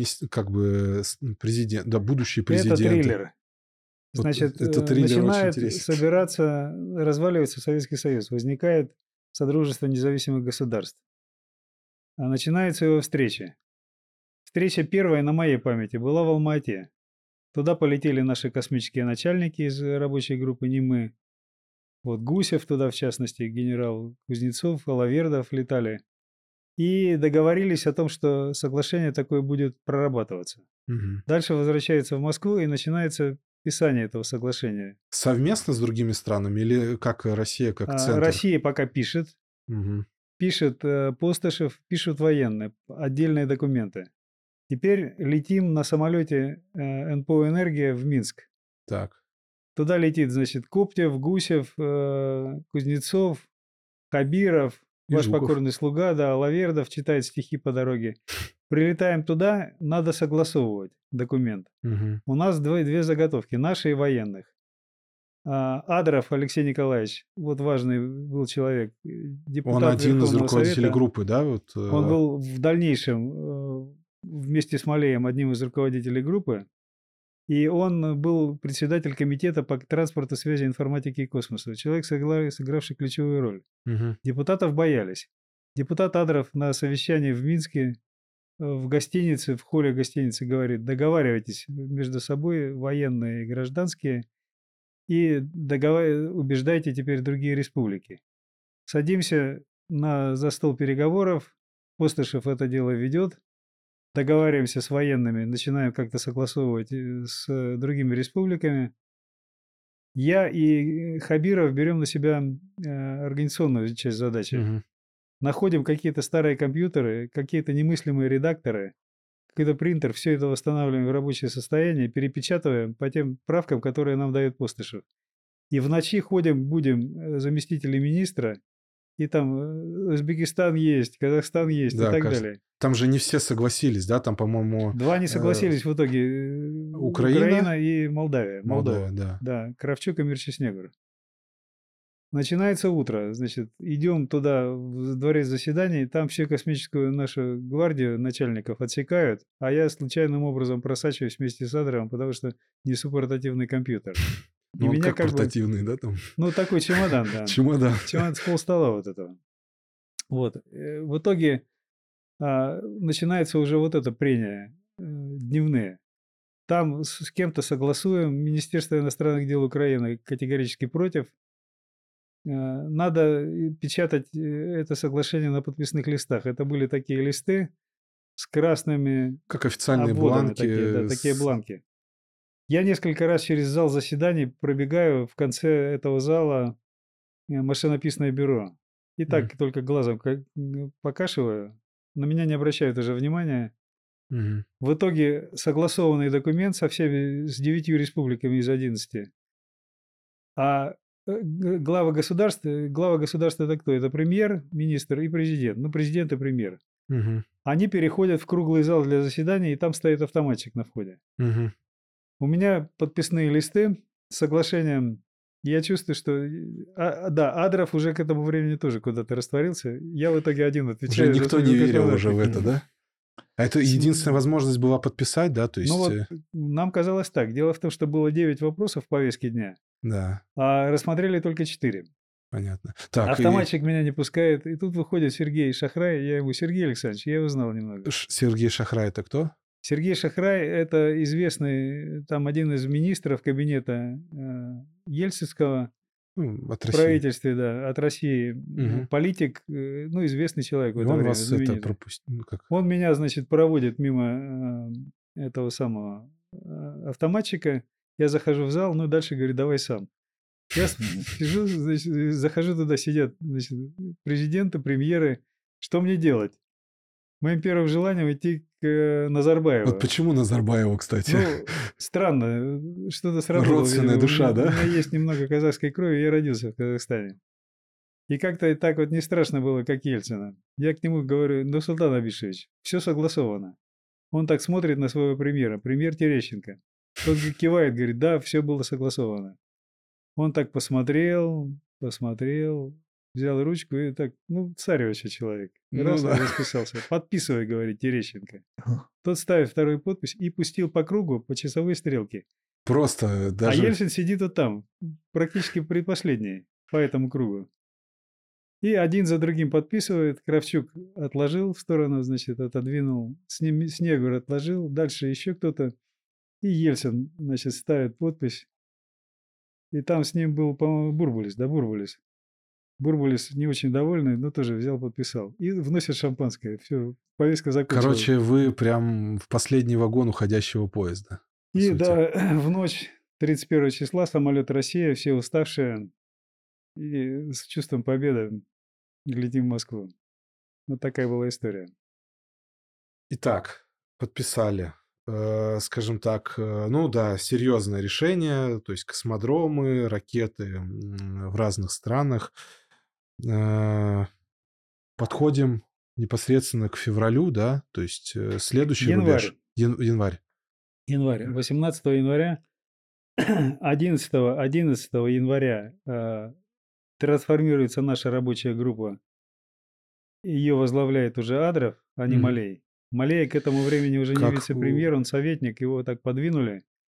[SPEAKER 1] будущие президенты.
[SPEAKER 2] Это триллер. Значит, начинает собираться, разваливается Советский Союз, возникает Содружество независимых государств. А начинается его встреча. Встреча первая на моей памяти была в Алма-Ате. Туда полетели наши космические начальники из рабочей группы, не мы. Вот Гусев туда, в частности, генерал Кузнецов, Алавердов летали. И договорились о том, что соглашение такое будет прорабатываться. Дальше возвращается в Москву и начинается писание этого соглашения.
[SPEAKER 1] Совместно с другими странами или как Россия, как центр?
[SPEAKER 2] Россия пока пишет. Пишет Постышев, пишут военные, отдельные документы. Теперь летим на самолете НПО «Энергия» в Минск.
[SPEAKER 1] Так.
[SPEAKER 2] Туда летит, значит, Коптев, Гусев, Кузнецов, Хабиров, ваш покорный слуга, да, Алавердов читает стихи по дороге. Прилетаем туда, надо согласовывать документ. У нас две заготовки, наши и военных. Адров Алексей Николаевич, вот важный был человек, депутат
[SPEAKER 1] Он один из руководителей
[SPEAKER 2] Совета.
[SPEAKER 1] группы, да? Вот,
[SPEAKER 2] Он был в дальнейшем вместе с Малеем одним из руководителей группы. И он был председатель комитета по транспорту, связи, информатике и космосу. Человек, сыгравший ключевую роль.
[SPEAKER 1] Мгм.
[SPEAKER 2] Депутатов боялись. Депутат Адров на совещании в Минске в гостинице, в холле гостиницы говорит: договаривайтесь между собой, военные и гражданские, и убеждайте теперь другие республики. Садимся за стол переговоров, Постышев это дело ведет, договариваемся с военными, начинаем как-то согласовывать с другими республиками. Я и Хабиров берем на себя организационную часть задачи.
[SPEAKER 1] Мгм.
[SPEAKER 2] Находим какие-то старые компьютеры, какие-то немыслимые редакторы, какой-то принтер, все это восстанавливаем в рабочее состояние, перепечатываем по тем правкам, которые нам дает Постышев. И в ночи будем заместители министра, и там Узбекистан есть, Казахстан есть и
[SPEAKER 1] Да,
[SPEAKER 2] так
[SPEAKER 1] кажется.
[SPEAKER 2] далее.
[SPEAKER 1] Там же не все согласились, да? Там, по-моему,
[SPEAKER 2] Два не согласились в итоге.
[SPEAKER 1] Украина
[SPEAKER 2] И Молдова.
[SPEAKER 1] Молдова, да.
[SPEAKER 2] Да, Кравчук и Мирчеснегур. Начинается утро, значит, идем туда, в дворец заседаний, там всю космическую нашу гвардию начальников отсекают, а я случайным образом просачиваюсь вместе с Адровым, потому что несу портативный компьютер. И
[SPEAKER 1] Ну, он
[SPEAKER 2] меня
[SPEAKER 1] как портативный, да, там?
[SPEAKER 2] Ну, такой чемодан, да.
[SPEAKER 1] Чемодан.
[SPEAKER 2] Чемодан с полстола вот этого. Вот. В итоге начинается уже вот это прения дневные. Там с кем-то согласуем, Министерство иностранных дел Украины категорически против. Надо печатать это соглашение на подписных листах. Это были такие листы с красными
[SPEAKER 1] Как официальные
[SPEAKER 2] обводами,
[SPEAKER 1] бланки.
[SPEAKER 2] такие бланки. Я несколько раз через зал заседаний пробегаю, в конце этого зала машинописное бюро. И так только глазом покашиваю. На меня не обращают уже внимания.
[SPEAKER 1] Мгм.
[SPEAKER 2] В итоге согласованный документ со всеми, с 9 республиками из 11. А глава государства это кто? Это премьер, министр и президент. Ну, президент и премьер.
[SPEAKER 1] Мгм.
[SPEAKER 2] Они переходят в круглый зал для заседаний, и там стоит автоматчик на входе.
[SPEAKER 1] Мгм.
[SPEAKER 2] У меня подписные листы с соглашением. Я чувствую, что... Адров уже к этому времени тоже куда-то растворился. Я в итоге один отвечаю.
[SPEAKER 1] Уже никто не верил уже в это, да? А это единственная возможность была подписать, да? То есть...
[SPEAKER 2] Ну вот нам казалось так. Дело в том, что было 9 вопросов в повестке дня,
[SPEAKER 1] Да,
[SPEAKER 2] а рассмотрели только 4.
[SPEAKER 1] понятно. Так,
[SPEAKER 2] Автоматчик меня не пускает. И тут выходит Сергей Шахрай. Я ему: Сергей Александрович, я его знал немного.
[SPEAKER 1] Сергей Шахрай это кто?
[SPEAKER 2] Сергей Шахрай – это известный, там один из министров кабинета Ельцинского
[SPEAKER 1] От
[SPEAKER 2] в
[SPEAKER 1] России.
[SPEAKER 2] правительстве, да, от России.
[SPEAKER 1] Мгм.
[SPEAKER 2] Политик, ну, известный человек в
[SPEAKER 1] И
[SPEAKER 2] это
[SPEAKER 1] он
[SPEAKER 2] время,
[SPEAKER 1] вас это
[SPEAKER 2] знаменитый.
[SPEAKER 1] пропустил.
[SPEAKER 2] Он меня, значит, проводит мимо этого самого автоматчика. Я захожу в зал, ну, дальше говорит: давай сам. Я сижу, значит, захожу туда, сидят, значит, президенты, премьеры. Что мне делать? Моим первым желанием идти к Назарбаеву.
[SPEAKER 1] Вот почему Назарбаеву, кстати?
[SPEAKER 2] Ну, странно, что-то сработало.
[SPEAKER 1] Родственная душа, да?
[SPEAKER 2] У меня есть немного казахской крови, я родился в Казахстане. И как-то так вот не страшно было, как Ельцина. Я к нему говорю: ну, Султан Абишевич, все согласовано. Он так смотрит на своего премьера, премьер Терещенко. Тот кивает, говорит: да, все было согласовано. Он так посмотрел, взял ручку и так, ну, царь вообще человек. Раз и расписался. Подписывай, говорит Терещенко. Тот ставит вторую подпись и пустил по кругу по часовой стрелке.
[SPEAKER 1] Просто даже...
[SPEAKER 2] А Ельцин сидит вот там, практически предпоследний, по этому кругу. И один за другим подписывает. Кравчук отложил в сторону, значит, отодвинул. Снегур отложил. Дальше еще кто-то. И Ельцин, значит, ставит подпись. И там с ним был, по-моему, Бурбулис, да, Бурбулис. Бурбулис не очень довольный, но тоже взял, подписал. И вносят шампанское. Все, повестка закончилась.
[SPEAKER 1] Короче, вы прям в последний вагон уходящего поезда.
[SPEAKER 2] И да, в ночь 31 числа самолет «Россия», все уставшие, и с чувством победы летим в Москву. Вот такая была история.
[SPEAKER 1] Итак, подписали. Скажем так, ну да, серьезное решение, то есть космодромы, ракеты в разных странах. Подходим непосредственно к февралю, да, то есть следующий рубеж. Январь.
[SPEAKER 2] 18 января, 11 января трансформируется наша рабочая группа. Ее возглавляет уже Адров, а не Малей. Малей к этому времени уже не вице-премьер, он советник, его так подвинули.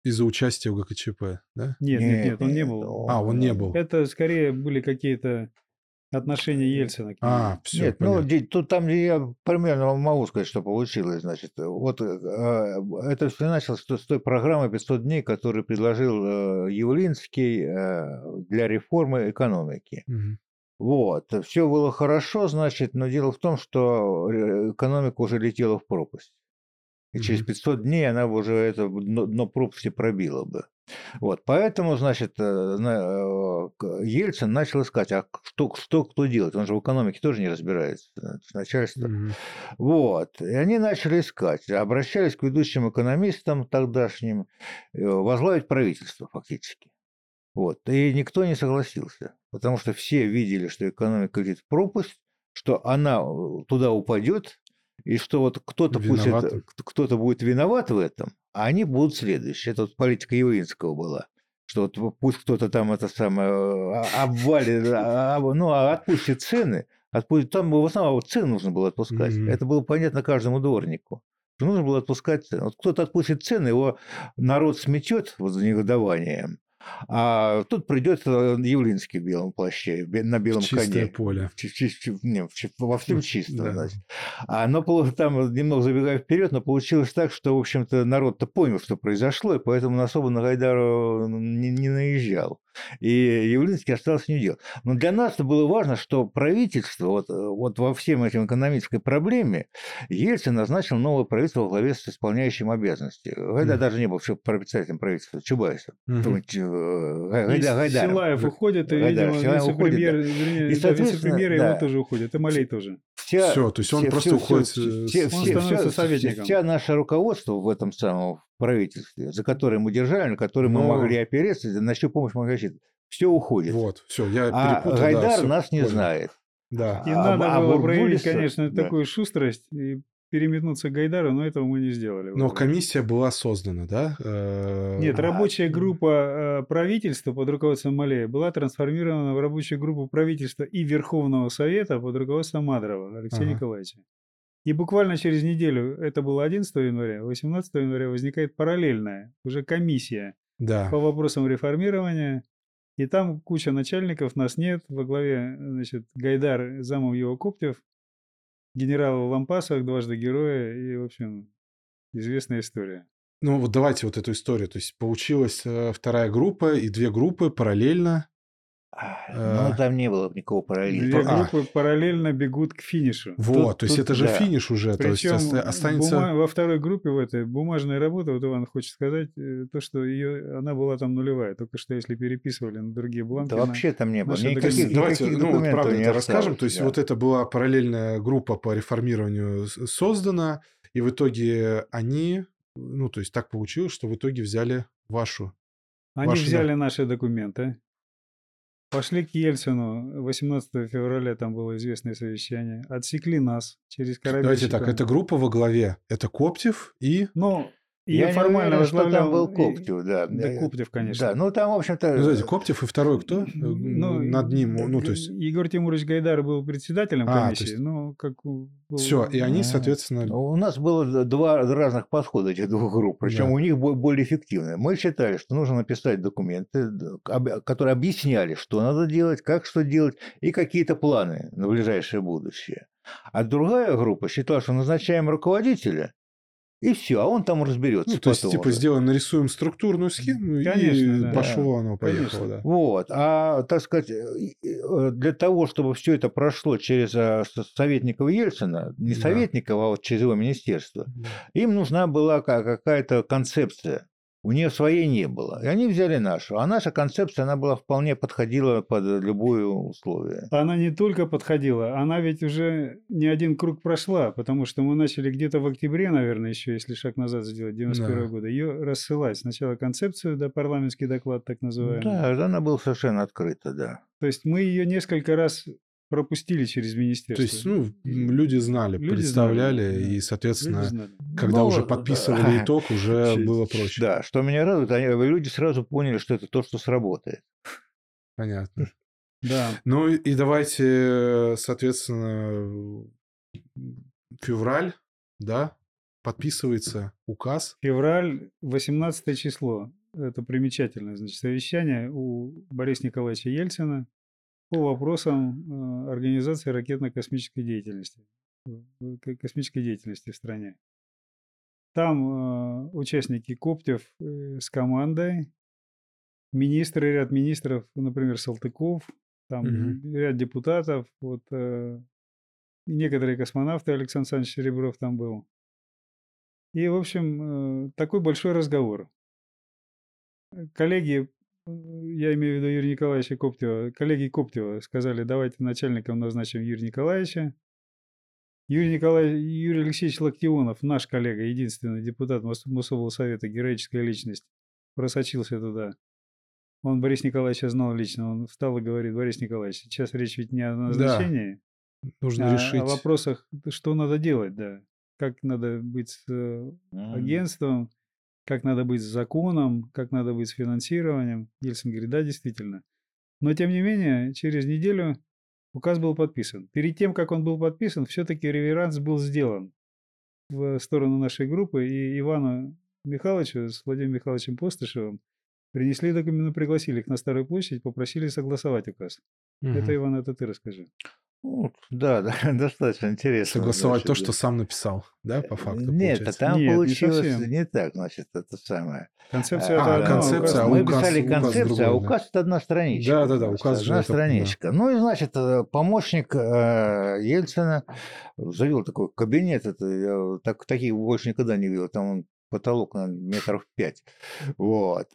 [SPEAKER 1] из-за участия в ГКЧП, да?
[SPEAKER 2] Нет, он не был.
[SPEAKER 1] Он не был.
[SPEAKER 2] Это скорее были какие-то отношения Ельцина к нему.
[SPEAKER 1] Все,
[SPEAKER 3] Нет,
[SPEAKER 1] понятно.
[SPEAKER 3] тут там я примерно могу сказать, что получилось. Значит, вот это все началось с той программы 500 дней, которую предложил Явлинский для реформы экономики.
[SPEAKER 1] Мгм.
[SPEAKER 3] Вот, все было хорошо, значит, но дело в том, что экономика уже летела в пропасть. И через 500 дней она уже это дно пропасти пробила бы. Вот, поэтому, значит, Ельцин начал искать, а кто делает? Он же в экономике тоже не разбирается, начальство.
[SPEAKER 1] Мгм.
[SPEAKER 3] Вот, и они начали искать, обращались к ведущим экономистам тогдашним, возглавить правительство фактически. Вот, и никто не согласился, потому что все видели, что экономика летит в пропасть, что она туда упадет, и что вот кто-то будет виноват в этом, а они будут следующие. Это вот политика Явлинского была, что вот пусть кто-то там это самое обвалит, отпустит цены, там в основном цены нужно было отпускать.
[SPEAKER 1] Мгм.
[SPEAKER 3] Это было понятно каждому дворнику, что нужно было отпускать цены. Вот кто-то отпустит цены, его народ сметет вот за негодованием. А тут придет Явлинский в белом плаще, на белом
[SPEAKER 1] Чистое
[SPEAKER 3] коне.
[SPEAKER 1] поле.
[SPEAKER 3] Во всем чисто.
[SPEAKER 1] Да.
[SPEAKER 3] Значит. Там, немного забегая вперед, но получилось так, что, в общем-то, народ-то понял, что произошло, и поэтому особо на Гайдару не наезжал. И Явлинский остался не делать. Но для нас это было важно, что правительство, вот во всем этим экономической проблеме, Ельцин назначил новое правительство во главе с исполняющим обязанности. Гайдар даже не был председателем правительства, Чубайсом.
[SPEAKER 2] Силаев уходит, и, видимо, вице-премьер его тоже уходит, и Малей тоже.
[SPEAKER 1] Все, то есть он просто уходит.
[SPEAKER 2] Он становится советником.
[SPEAKER 3] Вся наше руководство в этом самом правительстве, за которое мы держали, на которое мы могли опереться, на чью помощь мы могли рассчитывать, все уходит.
[SPEAKER 1] Вот, все, я перепутал.
[SPEAKER 3] А Гайдар нас не знает.
[SPEAKER 1] Да.
[SPEAKER 2] И надо было проявить, конечно, такую шустрость и переметнуться к Гайдару, но этого мы не сделали.
[SPEAKER 1] Но комиссия была создана, да?
[SPEAKER 2] Нет, рабочая группа правительства под руководством Малея была трансформирована в рабочую группу правительства и Верховного Совета под руководством Мадрова Алексея Николаевича. И буквально через неделю, это было 11 января, 18 января возникает параллельная уже комиссия по вопросам реформирования. И там куча начальников, нас нет, во главе, значит, Гайдар, замом его Коптев, генерал в лампасах, дважды героя, и, в общем, известная история.
[SPEAKER 1] Ну, вот давайте вот эту историю. То есть получилась вторая группа и две группы параллельно.
[SPEAKER 3] Но там не было никакого параллельно.
[SPEAKER 2] Две группы параллельно бегут к финишу.
[SPEAKER 1] Вот, то есть это же финиш уже.
[SPEAKER 2] Причем
[SPEAKER 1] то есть останется...
[SPEAKER 2] во второй группе, в этой бумажной работе, вот Иван хочет сказать, то, что она была там нулевая. Только что если переписывали на другие бланки...
[SPEAKER 3] Да вообще там не было.
[SPEAKER 1] Давайте, правда это расскажем. То есть вот это была параллельная группа по реформированию создана, и в итоге они... Ну, то есть так получилось, что в итоге взяли вашу...
[SPEAKER 2] Они взяли наши документы. Пошли к Ельцину, 18 февраля там было известное совещание, отсекли нас через корабельщиков.
[SPEAKER 1] Давайте так, эта группа во главе, это Коптев и...
[SPEAKER 2] Ну, я формально возглавлял...
[SPEAKER 3] там был Коптев, да.
[SPEAKER 2] Да, Коптев, конечно.
[SPEAKER 3] Да, ну там, в общем-то...
[SPEAKER 1] Ну, знаете, Коптев и второй кто? Над ним, ну, то есть...
[SPEAKER 2] Егор Тимурович Гайдар был председателем комиссии, ну, как...
[SPEAKER 1] Все, и они, соответственно...
[SPEAKER 3] У нас было два разных подхода этих двух групп, причем у них более эффективные. Мы считали, что нужно написать документы, которые объясняли, что надо делать, как что делать, и какие-то планы на ближайшее будущее. А другая группа считала, что назначаем руководителя, и все, а он там разберется.
[SPEAKER 1] Ну, то есть, типа, нарисуем структурную схему, конечно, и пошло оно, поехало. Да.
[SPEAKER 3] Вот. А, так сказать, для того, чтобы все это прошло через советников Ельцина, не советников, а вот через его министерство, им нужна была какая-то концепция. У нее своей не было. И они взяли нашу. А наша концепция, она была вполне подходила под любое условие.
[SPEAKER 2] Она не только подходила, она ведь уже не один круг прошла, потому что мы начали где-то в октябре, наверное, еще, если шаг назад сделать, 91 года, ее рассылать. Сначала концепцию, да, парламентский доклад, так называемый.
[SPEAKER 3] Да, она была совершенно открыта, да.
[SPEAKER 2] То есть мы ее несколько раз пропустили через министерство.
[SPEAKER 1] То есть, ну, люди знали, представляли, и, соответственно, когда уже подписывали итог, уже было проще.
[SPEAKER 3] Да, что меня радует, люди сразу поняли, что это то, что сработает.
[SPEAKER 1] Понятно.
[SPEAKER 2] Да.
[SPEAKER 1] Ну и давайте, соответственно, февраль, да, подписывается указ.
[SPEAKER 2] Февраль, 18 число. Это примечательное, значит, совещание у Бориса Николаевича Ельцина по вопросам организации ракетно-космической деятельности, космической деятельности в стране. Там участники Коптев с командой, министры, ряд министров, например, Салтыков, там ряд депутатов, вот некоторые космонавты, Александр Александрович Серебров там был. И, в общем, такой большой разговор. Коллеги, я имею в виду Юрия Николаевича Коптева, коллеги Коптева сказали, давайте начальником назначим Юрия Николаевича. Юрий Алексеевич Локтионов, наш коллега, единственный депутат Моссовета, героическая личность, просочился туда. Он Бориса Николаевича знал лично. Он встал и говорит: Борис Николаевич, сейчас речь ведь не о назначении,
[SPEAKER 1] нужно решить.
[SPEAKER 2] О вопросах, что надо делать, да. Как надо быть с агентством, как надо быть с законом, как надо быть с финансированием. Ельцин говорит: да, действительно. Но, тем не менее, через неделю указ был подписан. Перед тем, как он был подписан, все-таки реверанс был сделан в сторону нашей группы, и Ивану Михайловичу с Владимиром Михайловичем Постышевым принесли документы, пригласили их на Старую площадь, попросили согласовать указ. Это, Иван, это ты расскажи.
[SPEAKER 3] Ну, да, достаточно интересно.
[SPEAKER 1] Согласовать то, что сам написал, да, по факту?
[SPEAKER 3] Нет, там получилось не так, значит, это самое.
[SPEAKER 2] Концепция это
[SPEAKER 1] концепция,
[SPEAKER 3] мы писали концепцию, а указ это одна страничка.
[SPEAKER 1] Да, указ
[SPEAKER 3] одна страничка. Ну и, значит, помощник Ельцина завел такой кабинет, я таких больше никогда не видел, там он потолок на 5 метров. Вот.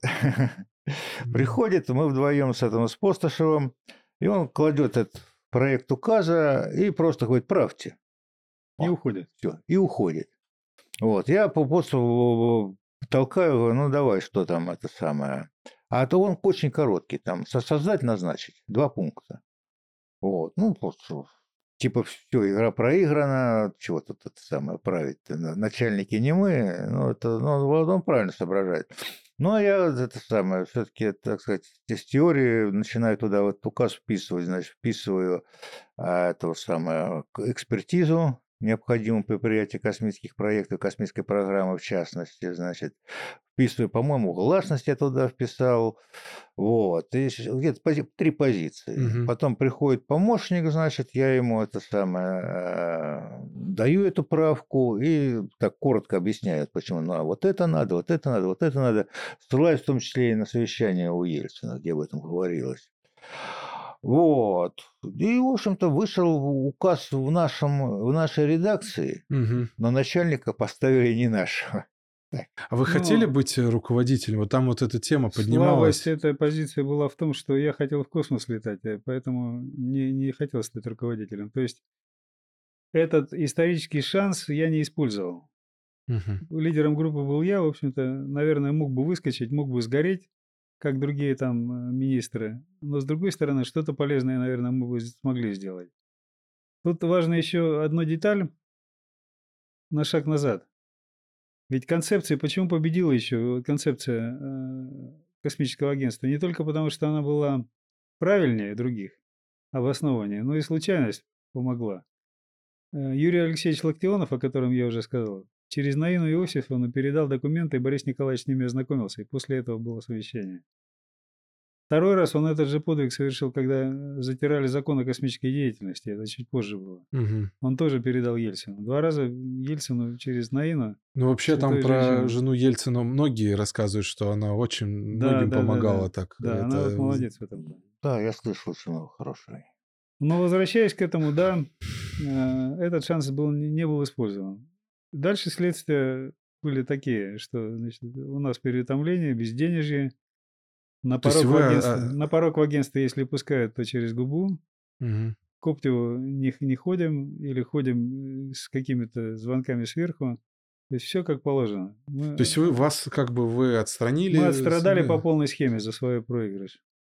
[SPEAKER 3] Приходит, мы вдвоем с Постышевым, и он кладет этот проект указа и просто говорит: правьте.
[SPEAKER 2] И уходит.
[SPEAKER 3] Все, и уходит. Вот. Я просто толкаю, говорю: ну давай, что там это самое. А то он очень короткий, там создать, назначить, 2 пункта. Вот. Ну, просто типа все, игра проиграна, чего тут это самое править? Начальники не мы, он правильно соображает. Ну, а я это самое, все-таки, так сказать, из теории начинаю туда вот указ вписывать, значит, вписываю эту самую экспертизу, необходимую при принятии космических проектов, космической программы в частности, значит, вписываю, по-моему, гласность я туда вписал, вот, и где-то 3 позиции. Потом приходит помощник, значит, я ему это самое даю эту правку и так коротко объясняю, почему, вот это надо, вот это надо, вот это надо, ссылаюсь в том числе и на совещание у Ельцина, где об этом говорилось. Вот. И, в общем-то, вышел указ в нашей редакции, но начальника поставили не нашего.
[SPEAKER 1] А вы хотели быть руководителем? Вот там вот эта тема поднималась.
[SPEAKER 2] Слабость этой позиции была в том, что я хотел в космос летать, поэтому не хотел стать руководителем. То есть этот исторический шанс я не использовал. Лидером группы был я, в общем-то, наверное, мог бы выскочить, мог бы сгореть, как другие там министры. Но, с другой стороны, что-то полезное, наверное, мы бы смогли сделать. Тут важна еще одна деталь на шаг назад. Ведь концепция, почему победила еще концепция космического агентства? Не только потому, что она была правильнее других, обоснованнее, но и случайность помогла. Юрий Алексеевич Локтионов, о котором я уже сказал, через Наину Иосифовну передал документы, и Борис Николаевич с ними ознакомился, и после этого было совещание. Второй раз он этот же подвиг совершил, когда затирали закон о космической деятельности, это чуть позже было. Он тоже передал Ельцину. 2 раза Ельцину через Наину.
[SPEAKER 1] Ну, вообще там про жену Ельцина многие рассказывают, что она очень многим помогала так.
[SPEAKER 2] Да, она вот молодец в этом.
[SPEAKER 3] Да, я слышал, что она хорошая.
[SPEAKER 2] Но возвращаясь к этому, да, этот шанс не был использован. Дальше следствия были такие, что, значит, у нас переутомление, безденежье. На порог в агентство, если пускают, то через губу. К Коптеву не ходим или ходим с какими-то звонками сверху. То есть все как положено.
[SPEAKER 1] То есть вы отстранили?
[SPEAKER 2] Мы отстрадали по полной схеме за свой проигрыш.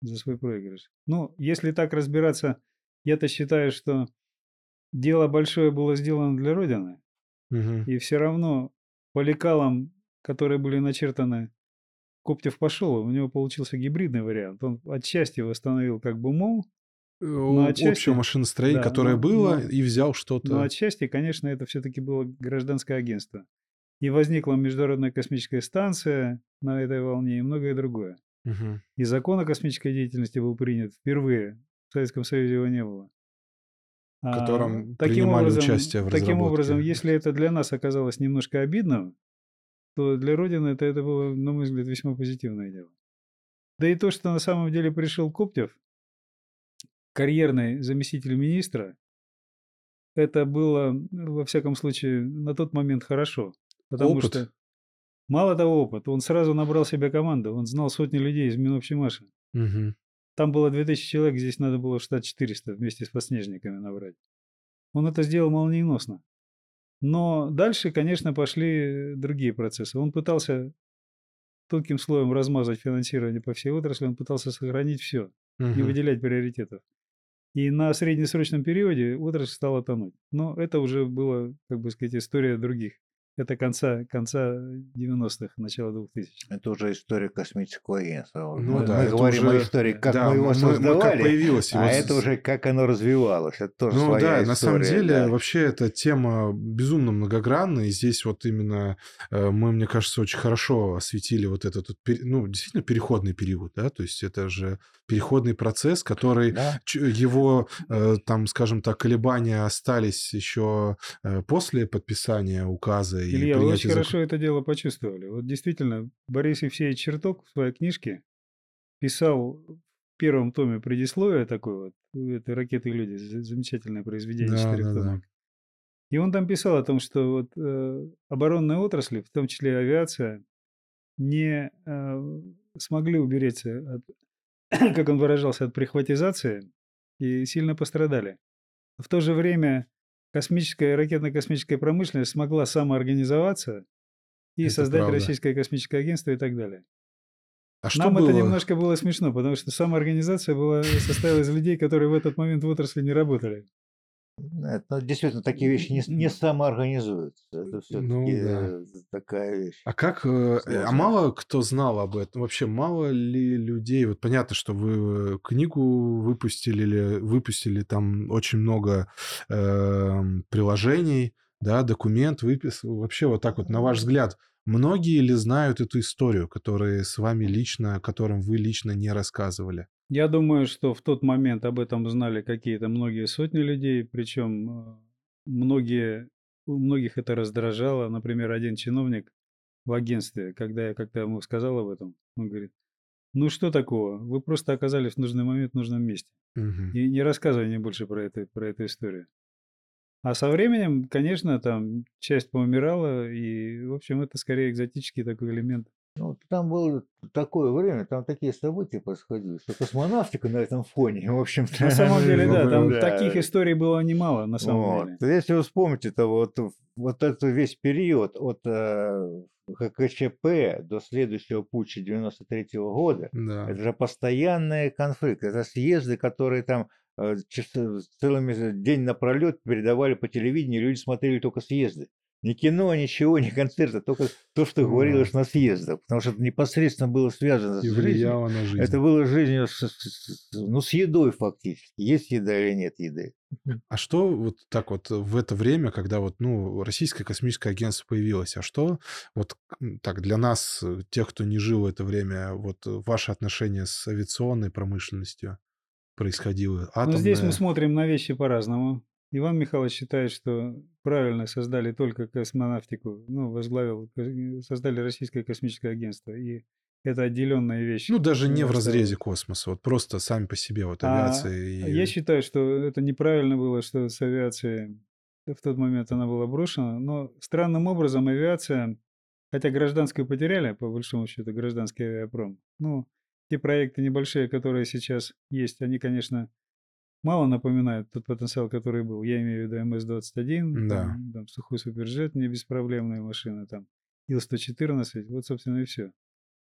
[SPEAKER 2] Ну, если так разбираться, я-то считаю, что дело большое было сделано для Родины. И все равно по лекалам, которые были начертаны, Коптев пошел, у него получился гибридный вариант. Он отчасти восстановил как бы МОЛ,
[SPEAKER 1] общее машиностроение, которое было, и взял что-то.
[SPEAKER 2] Но отчасти, конечно, это все-таки было гражданское агентство. И возникла Международная космическая станция на этой волне и многое другое.
[SPEAKER 1] Мгм.
[SPEAKER 2] И закон о космической деятельности был принят впервые. В Советском Союзе его не было.
[SPEAKER 1] В котором принимали участие в
[SPEAKER 2] Таким образом,
[SPEAKER 1] разработке.
[SPEAKER 2] если это для нас оказалось немножко обидным, то для Родины это было, на мой взгляд, весьма позитивное дело. Да и то, что на самом деле пришел Коптев, карьерный заместитель министра, это было, во всяком случае, на тот момент хорошо. Потому
[SPEAKER 1] Опыт.
[SPEAKER 2] что мало того опыт, он сразу набрал себе команду, он знал сотни людей из Минобщимаша.
[SPEAKER 1] Мгм.
[SPEAKER 2] Там было 2000 человек, здесь надо было в штат 400 вместе с подснежниками набрать. Он это сделал молниеносно. Но дальше, конечно, пошли другие процессы. Он пытался тонким слоем размазать финансирование по всей отрасли, он пытался сохранить все, не
[SPEAKER 1] Мгм.
[SPEAKER 2] выделять приоритетов. И на среднесрочном периоде отрасль стала тонуть. Но это уже была, как бы сказать, история других. Это конца 90-х, начала 2000-х.
[SPEAKER 3] Это уже история космического агентства.
[SPEAKER 1] Ну
[SPEAKER 3] Мы
[SPEAKER 1] да, это
[SPEAKER 3] говорим о
[SPEAKER 1] уже...
[SPEAKER 3] истории, как
[SPEAKER 1] Да,
[SPEAKER 3] мы его
[SPEAKER 1] мы как
[SPEAKER 3] создавали,
[SPEAKER 1] появилось его...
[SPEAKER 3] а это уже как оно развивалось. Это тоже
[SPEAKER 1] Ну
[SPEAKER 3] своя
[SPEAKER 1] да, на самом
[SPEAKER 3] история.
[SPEAKER 1] деле
[SPEAKER 3] Да.
[SPEAKER 1] вообще эта тема безумно многогранная, и здесь вот именно мы, мне кажется, очень хорошо осветили вот этот, вот ну, действительно переходный период, да, то есть это же переходный процесс, который,
[SPEAKER 3] Да.
[SPEAKER 1] его, там, скажем так, колебания остались еще после подписания указа и
[SPEAKER 2] Илья, вы очень
[SPEAKER 1] принятия закона.
[SPEAKER 2] хорошо это дело почувствовали. Вот действительно, Борис Евсеевич Черток в своей книжке писал в первом томе предисловие такое вот, у этой «Ракеты и люди», замечательное произведение,
[SPEAKER 1] Да, да, да.
[SPEAKER 2] четырехтомник. И он там писал о том, что вот оборонные отрасли, в том числе авиация, не смогли уберечься от, как он выражался, от прихватизации и сильно пострадали. В то же время космическая и ракетно-космическая промышленность смогла самоорганизоваться и
[SPEAKER 1] Это
[SPEAKER 2] создать
[SPEAKER 1] правда.
[SPEAKER 2] Российское космическое агентство и так далее.
[SPEAKER 1] А что
[SPEAKER 2] Нам это
[SPEAKER 1] было?
[SPEAKER 2] немножко было смешно, потому что самоорганизация состояла из людей, которые в этот момент в отрасли не работали.
[SPEAKER 3] Нет, ну, действительно, такие вещи не самоорганизуются. Это
[SPEAKER 1] Ну
[SPEAKER 3] все-таки
[SPEAKER 1] да.
[SPEAKER 3] такая вещь
[SPEAKER 1] А как, а
[SPEAKER 3] сложная.
[SPEAKER 1] мало кто знал об этом? Вообще мало ли людей? Вот понятно, что вы книгу выпустили там очень много приложений, да, документ выписал. Вообще вот так вот, на ваш взгляд, многие ли знают эту историю, которым вы лично не рассказывали?
[SPEAKER 2] Я думаю, что в тот момент об этом знали какие-то многие сотни людей, причем у многих это раздражало. Например, один чиновник в агентстве, когда я как-то ему сказал об этом, он говорит: ну что такого, вы просто оказались в нужный момент в нужном месте.
[SPEAKER 1] Мгм.
[SPEAKER 2] И не рассказывай мне больше про эту историю. А со временем, конечно, там часть поумирала, и, в общем, это скорее экзотический такой элемент.
[SPEAKER 3] Ну, там было такое время, там такие события происходили, что космонавтика на этом фоне, в общем-то...
[SPEAKER 2] На самом деле, да, там
[SPEAKER 3] да.
[SPEAKER 2] таких историй было немало, на самом
[SPEAKER 3] Вот.
[SPEAKER 2] деле.
[SPEAKER 3] Если вы вспомните, то вот этот весь период от ГКЧП до следующего путча 93-го года,
[SPEAKER 1] Да.
[SPEAKER 3] это же постоянные конфликты. Это съезды, которые там целыми день напролет передавали по телевидению, люди смотрели только съезды. Ни кино, ничего, ни концерта, только то, что
[SPEAKER 1] Ну
[SPEAKER 3] говорилось на съездах, потому что это непосредственно было связано
[SPEAKER 1] И
[SPEAKER 3] с жизнью.
[SPEAKER 1] влияло на жизнь.
[SPEAKER 3] Это было жизнью с едой фактически. Есть еда или нет еды.
[SPEAKER 1] А что вот так вот в это время, когда вот, ну, Российское космическое агентство появилось, а что вот так для нас, тех, кто не жил в это время, вот ваше отношение с авиационной промышленностью происходило?
[SPEAKER 2] Но здесь мы
[SPEAKER 1] Атомное?
[SPEAKER 2] смотрим на вещи по-разному. Иван Михайлович считает, что правильно создали только космонавтику, ну, создали Российское космическое агентство, и это отделенная вещь.
[SPEAKER 1] Ну, даже не в
[SPEAKER 2] осталась.
[SPEAKER 1] разрезе космоса, вот просто сами по себе вот авиация
[SPEAKER 2] Я
[SPEAKER 1] и...
[SPEAKER 2] считаю, что это неправильно было, что с авиацией в тот момент она была брошена, но странным образом авиация, хотя гражданскую потеряли, по большому счету, гражданский авиапром, ну, те проекты небольшие, которые сейчас есть, они, конечно, мало напоминают тот потенциал, который был. Я имею в виду МС-21,
[SPEAKER 1] Да.
[SPEAKER 2] там сухой суперджет, не беспроблемная машина, там Ил-114, вот, собственно, и все.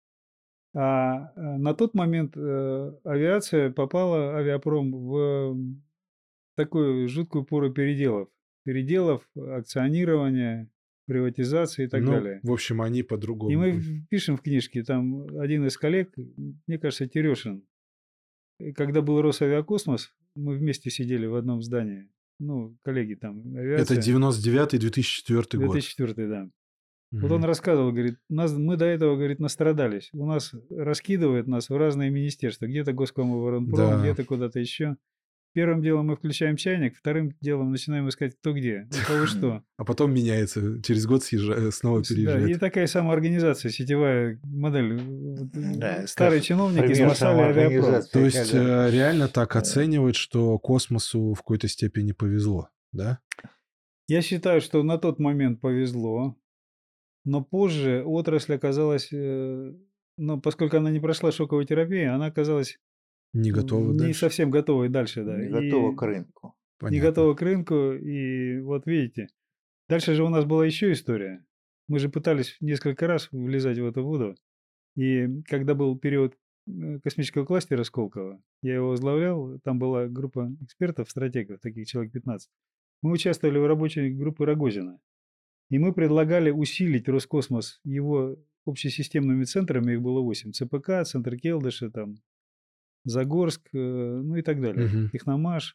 [SPEAKER 2] На тот момент авиация попала, авиапром, в такую жуткую пору переделов, акционирования, приватизации и так
[SPEAKER 1] Ну,
[SPEAKER 2] далее.
[SPEAKER 1] в общем, они
[SPEAKER 2] И
[SPEAKER 1] по-другому.
[SPEAKER 2] мы пишем в книжке, там один из коллег, мне кажется, Терешин, когда был Росавиакосмос, мы вместе сидели в одном здании. Ну, коллеги там,
[SPEAKER 1] Это
[SPEAKER 2] авиация.
[SPEAKER 1] 99-2004 год.
[SPEAKER 2] 2004, да. Вот он рассказывал, говорит, мы до этого, говорит, настрадались. У нас раскидывают нас в разные министерства. Где-то Госкомоборонпром, где-то куда-то еще. Первым делом мы включаем чайник, вторым делом начинаем искать, кто где, у кого что.
[SPEAKER 1] А потом меняется, через год снова переезжает.
[SPEAKER 2] Да, и такая самоорганизация, сетевая модель. Старые чиновники спасали авиапром.
[SPEAKER 1] То есть реально так оценивать, что космосу в какой-то степени повезло, да?
[SPEAKER 2] Я считаю, что на тот момент повезло, но позже отрасль оказалась, поскольку она не прошла шоковой терапии, она оказалась
[SPEAKER 1] не готова
[SPEAKER 2] не совсем готовой дальше, да.
[SPEAKER 3] Не готова к рынку.
[SPEAKER 1] Понятно.
[SPEAKER 2] Не готова к рынку, и вот видите. Дальше же у нас была еще история. Мы же пытались несколько раз влезать в эту воду. И когда был период космического кластера Сколково, я его возглавлял, там была группа экспертов, стратегов, таких человек 15. Мы участвовали в рабочей группе Рогозина. И мы предлагали усилить Роскосмос его общесистемными центрами, их было 8. ЦПК, Центр Келдыша, там, Загорск, ну и так далее, Техномаш.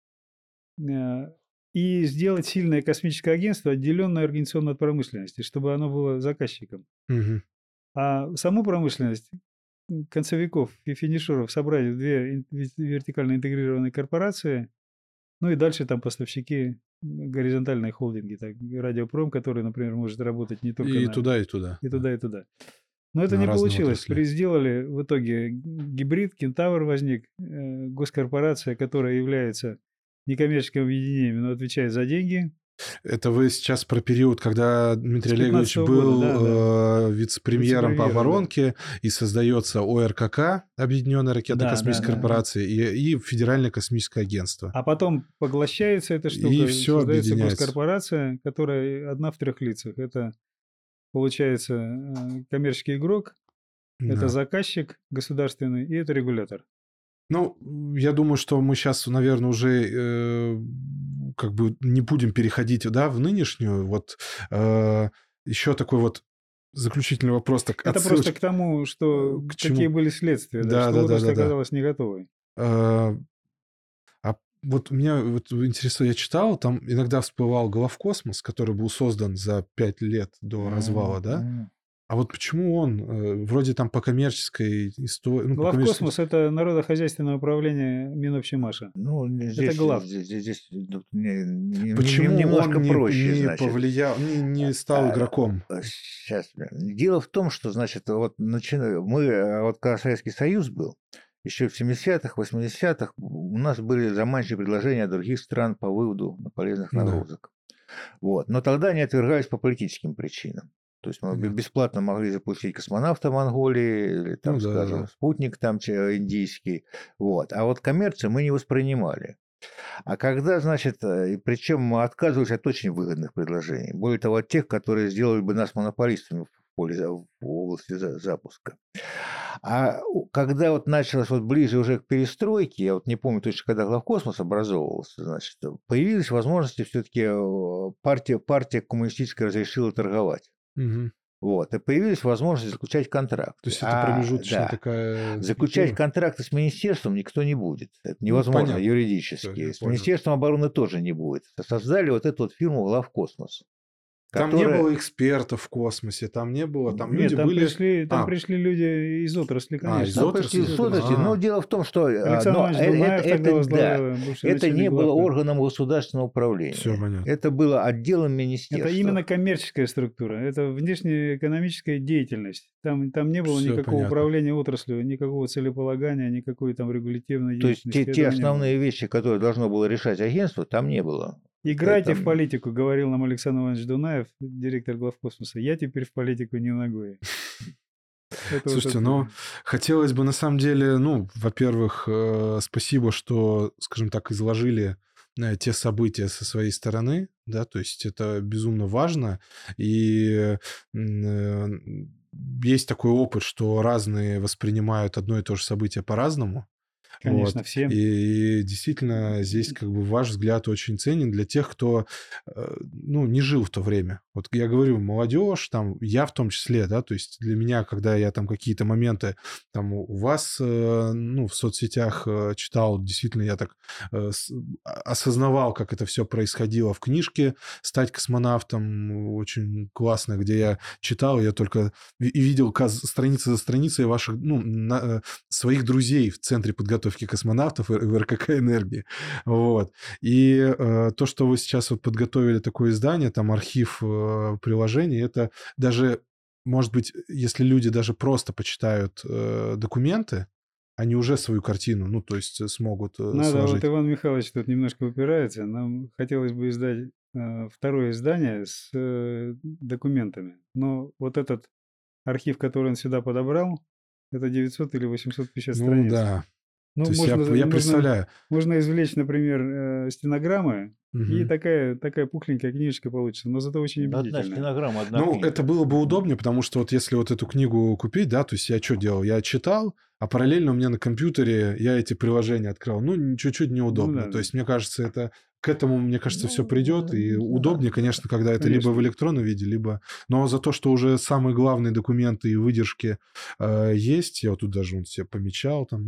[SPEAKER 2] И сделать сильное космическое агентство, отделенное организационно от промышленности, чтобы оно было заказчиком. А саму промышленность, концевиков и финишеров собрать в две вертикально интегрированные корпорации, ну и дальше там поставщики, горизонтальные холдинги, так, Радиопром, который, например, может работать не только
[SPEAKER 1] туда, и туда.
[SPEAKER 2] И туда, и туда. Но это не получилось. Сделали в итоге гибрид, Кентавр возник, госкорпорация, которая является некоммерческим объединением, но отвечает за деньги.
[SPEAKER 1] Это вы сейчас про период, когда Дмитрий Олегович был вице-премьером по оборонке, и создается ОРКК, Объединенная ракетно-космическая корпорация, и Федеральное космическое агентство.
[SPEAKER 2] А потом поглощается эта штука,
[SPEAKER 1] и все
[SPEAKER 2] создается госкорпорация, которая одна в 3 лицах. Это, получается, коммерческий игрок, это заказчик государственный, и это регулятор.
[SPEAKER 1] Ну, я думаю, что мы сейчас, наверное, уже как бы не будем переходить, да, в нынешнюю. Вот еще такой вот заключительный вопрос. Так,
[SPEAKER 2] это просто к тому, что какие были следствия, что отрасль оказалась не готовой.
[SPEAKER 1] А вот меня интересует, я читал, там иногда всплывал Главкосмос, который был создан за 5 лет до развала, да? А вот почему он? Вроде там по коммерческой истории...
[SPEAKER 2] Главкосмос – это народохозяйственное управление Минобщемаша.
[SPEAKER 3] Ну, здесь,
[SPEAKER 2] это глав.
[SPEAKER 3] Здесь
[SPEAKER 1] почему
[SPEAKER 3] немножко
[SPEAKER 1] он
[SPEAKER 3] проще,
[SPEAKER 1] не повлиял, не стал игроком?
[SPEAKER 3] Сейчас. Дело в том, что, значит, вот мы, вот когда Советский Союз был, еще в 70-х, 80-х у нас были заманчивые предложения других стран по выводу полезных нагрузок. Вот. Но тогда они отвергались по политическим причинам. То есть мы бесплатно могли запустить космонавта в Монголии, или, там, скажем, спутник там индийский. Вот. А вот коммерцию мы не воспринимали. А когда, значит, причем мы отказывались от очень выгодных предложений. Более того, от тех, которые сделали бы нас монополистами в области запуска. А когда вот началось вот ближе уже к перестройке, я вот не помню точно, когда Главкосмос образовывался, значит, появились возможности все-таки партия коммунистическая разрешила торговать. Вот, и появились возможности заключать контракт.
[SPEAKER 1] То есть это промежуточная такая...
[SPEAKER 3] Заключать контракты с министерством никто не будет. Это невозможно юридически. С Министерством обороны тоже не будет. Создали вот эту вот фирму Главкосмос.
[SPEAKER 1] Там не было экспертов в космосе, там не было, там люди были...
[SPEAKER 2] Там пришли люди из отрасли, конечно.
[SPEAKER 1] Из отрасли.
[SPEAKER 3] Но дело в том, что это не было органом государственного управления.
[SPEAKER 1] Все понятно.
[SPEAKER 3] Это было отделом министерства.
[SPEAKER 2] Это именно коммерческая структура, это внешнеэкономическая деятельность. Там не было никакого управления отраслью, никакого целеполагания, никакой там регулятивной деятельности.
[SPEAKER 3] То есть те основные вещи, которые должно было решать агентство, там не было.
[SPEAKER 2] Играйте в политику, говорил нам Александр Иванович Дунаев, директор Главкосмоса. Я теперь в политику не ногой.
[SPEAKER 1] Слушайте, хотелось бы на самом деле, во-первых, спасибо, что, скажем так, изложили те события со своей стороны, да, то есть это безумно важно, и есть такой опыт, что разные воспринимают одно и то же событие по-разному.
[SPEAKER 2] Конечно,
[SPEAKER 1] Вот.
[SPEAKER 2] всем.
[SPEAKER 1] И действительно здесь как бы ваш взгляд очень ценен для тех, кто, ну, не жил в то время. Вот я говорю, молодежь, там, я в том числе, да, то есть для меня, когда я там какие-то моменты там у вас, ну, в соцсетях читал, действительно, я так осознавал, как это все происходило в книжке «Стать космонавтом», очень классно, где я читал, я только и видел страница за страницей ваших, ну, своих друзей в Центре подготовки космонавтов в РКК «Энергии». Вот. И то, что вы сейчас вот подготовили такое издание, там архив приложений, это даже, может быть, если люди даже просто почитают документы, они уже свою картину, ну, то есть смогут
[SPEAKER 2] Надо, вот
[SPEAKER 1] сложить.
[SPEAKER 2] Иван Михайлович тут немножко упирается. Нам хотелось бы издать второе издание с документами. Но вот этот архив, который он сюда подобрал, это 900 или 850
[SPEAKER 1] Ну,
[SPEAKER 2] страниц.
[SPEAKER 1] да.
[SPEAKER 2] Ну,
[SPEAKER 1] То есть я
[SPEAKER 2] можно
[SPEAKER 1] представляю.
[SPEAKER 2] извлечь, например, стенограммы, и
[SPEAKER 1] Мгм.
[SPEAKER 2] такая пухленькая книжечка получится, но зато очень
[SPEAKER 3] Одна
[SPEAKER 2] убедительная.
[SPEAKER 3] стенограмма, одна
[SPEAKER 1] Ну,
[SPEAKER 3] книга.
[SPEAKER 1] это было бы удобнее, потому что вот если вот эту книгу купить, да, то есть я что делал? Я читал, а параллельно у меня на компьютере я эти приложения открывал. Ну, чуть-чуть
[SPEAKER 2] Ну
[SPEAKER 1] неудобно.
[SPEAKER 2] да,
[SPEAKER 1] То есть мне кажется, это к этому, мне кажется, все придет. И
[SPEAKER 3] Ну,
[SPEAKER 1] удобнее,
[SPEAKER 3] да.
[SPEAKER 1] конечно, когда это либо в
[SPEAKER 2] конечно.
[SPEAKER 1] электронном виде, либо... Но за то, что уже самые главные документы и выдержки есть, я вот тут даже себе помечал там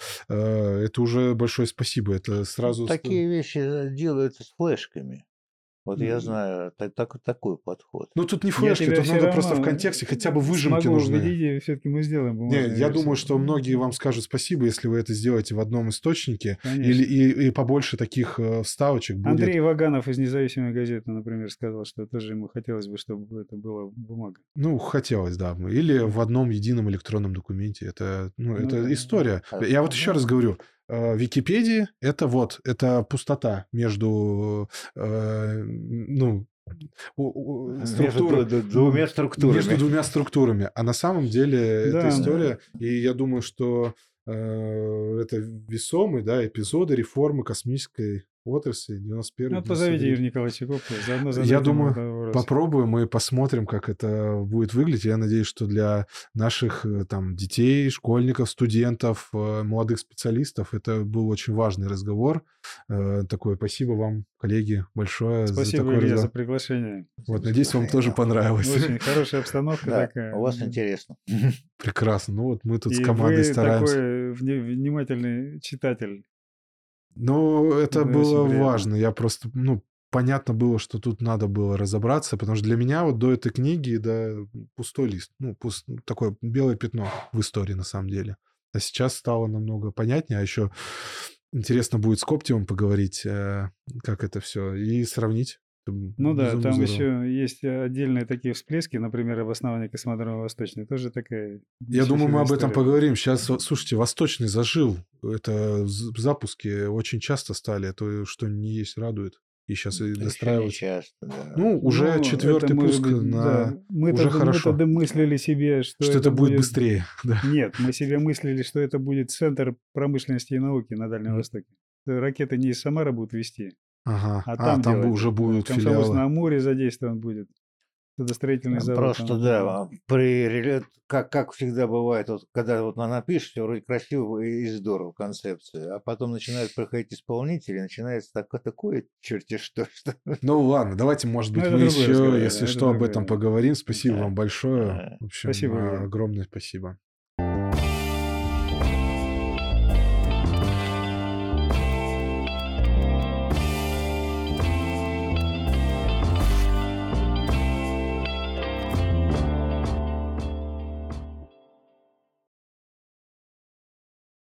[SPEAKER 1] это уже большое спасибо. Это сразу...
[SPEAKER 3] Такие вещи делаются с флешками. Вот я
[SPEAKER 2] М,
[SPEAKER 3] знаю такой подход.
[SPEAKER 1] Ну, тут не
[SPEAKER 2] Я
[SPEAKER 1] флешки,
[SPEAKER 2] тебя
[SPEAKER 1] тут
[SPEAKER 2] все
[SPEAKER 1] надо просто в
[SPEAKER 2] равно
[SPEAKER 1] контексте хотя бы выжимки
[SPEAKER 2] смогу
[SPEAKER 1] нужны.
[SPEAKER 2] убедить, и все-таки мы сделаем
[SPEAKER 1] Не,
[SPEAKER 2] бумажную
[SPEAKER 1] я думаю,
[SPEAKER 2] версию.
[SPEAKER 1] что многие вам скажут спасибо, если вы это сделаете в одном источнике,
[SPEAKER 2] Конечно.
[SPEAKER 1] и побольше таких вставочек будет.
[SPEAKER 2] Андрей Ваганов из «Независимой газеты», например, сказал, что тоже ему хотелось бы, чтобы это была бумага.
[SPEAKER 1] Ну, хотелось, да. Или в одном едином электронном документе. Это, ну,
[SPEAKER 2] Ну
[SPEAKER 1] это
[SPEAKER 2] да.
[SPEAKER 1] история. Я вот еще раз говорю, Википедия — это это пустота между, ну,
[SPEAKER 3] Между двумя структурами.
[SPEAKER 1] между двумя структурами. А на самом деле это
[SPEAKER 2] Да,
[SPEAKER 1] история, и я думаю, что это весомый, да, эпизоды реформы космической отрасли 91-й.
[SPEAKER 2] ну, позовите Юрия Николаевича Коптева, заодно
[SPEAKER 1] Я
[SPEAKER 2] задайте ему
[SPEAKER 1] думаю,
[SPEAKER 2] этот вопрос.
[SPEAKER 1] попробуем и посмотрим, как это будет выглядеть. Я надеюсь, что для наших там детей, школьников, студентов, молодых специалистов это был очень важный разговор. Такое спасибо вам, коллеги, большое за
[SPEAKER 2] Спасибо,
[SPEAKER 1] такой
[SPEAKER 2] Илья, за
[SPEAKER 1] разговор.
[SPEAKER 2] приглашение.
[SPEAKER 1] Вот, надеюсь, вам тоже понравилось.
[SPEAKER 2] Очень хорошая обстановка
[SPEAKER 3] Да,
[SPEAKER 2] такая.
[SPEAKER 3] у вас интересно.
[SPEAKER 1] Прекрасно. Ну вот мы тут с
[SPEAKER 2] И
[SPEAKER 1] командой
[SPEAKER 2] вы
[SPEAKER 1] стараемся.
[SPEAKER 2] такой внимательный читатель.
[SPEAKER 1] Ну, это
[SPEAKER 2] Это очень
[SPEAKER 1] было
[SPEAKER 2] приятно.
[SPEAKER 1] важно. Я просто, ну, понятно было, что тут надо было разобраться, потому что для меня вот до этой книги, да, пустой лист. Ну, такое белое пятно в истории на самом деле. А сейчас стало намного понятнее, а еще интересно будет с Коптевым поговорить, как это все, и сравнить. Это
[SPEAKER 2] Ну да,
[SPEAKER 1] безумно
[SPEAKER 2] там
[SPEAKER 1] здорово.
[SPEAKER 2] еще есть отдельные такие всплески, например, обоснование космодрома Восточный. Тоже такая
[SPEAKER 1] Я думаю, мы
[SPEAKER 2] замечательная
[SPEAKER 1] об этом
[SPEAKER 2] история.
[SPEAKER 1] поговорим. Сейчас, слушайте, Восточный зажил. Это в запуске очень часто стали. То, что не есть, радует. И сейчас и
[SPEAKER 3] Еще не
[SPEAKER 1] достраивается.
[SPEAKER 3] часто, да.
[SPEAKER 1] Ну, уже
[SPEAKER 2] Ну,
[SPEAKER 1] четвертый
[SPEAKER 2] это может
[SPEAKER 1] пуск
[SPEAKER 2] быть, да.
[SPEAKER 1] уже хорошо.
[SPEAKER 2] Мы-то домыслили себе, что
[SPEAKER 1] Что это будет быстрее. Да.
[SPEAKER 2] Нет, мы себе мыслили, что это будет центр промышленности и науки на Дальнем Востоке. Ракеты не из Самары будут вести,
[SPEAKER 1] Ага.
[SPEAKER 2] а там
[SPEAKER 1] Там
[SPEAKER 2] делать.
[SPEAKER 1] уже
[SPEAKER 2] Да,
[SPEAKER 1] будут
[SPEAKER 2] Комсомольск на
[SPEAKER 1] филиалы.
[SPEAKER 2] Амуре задействован будет. Судостроительный завод.
[SPEAKER 3] Просто,
[SPEAKER 2] там,
[SPEAKER 3] да, как всегда бывает, вот, когда вот напишешь, вроде красиво и здорово концепция, а потом начинают приходить исполнители, начинается такое черти что.
[SPEAKER 1] Ну ладно, давайте, может быть,
[SPEAKER 2] это
[SPEAKER 1] мы
[SPEAKER 2] другой разговор,
[SPEAKER 1] еще,
[SPEAKER 2] да,
[SPEAKER 1] если
[SPEAKER 2] это
[SPEAKER 1] что, об
[SPEAKER 2] другой,
[SPEAKER 1] этом
[SPEAKER 2] да.
[SPEAKER 1] поговорим. Спасибо
[SPEAKER 3] Да.
[SPEAKER 1] вам большое. В общем,
[SPEAKER 2] Спасибо, Илья.
[SPEAKER 1] огромное спасибо.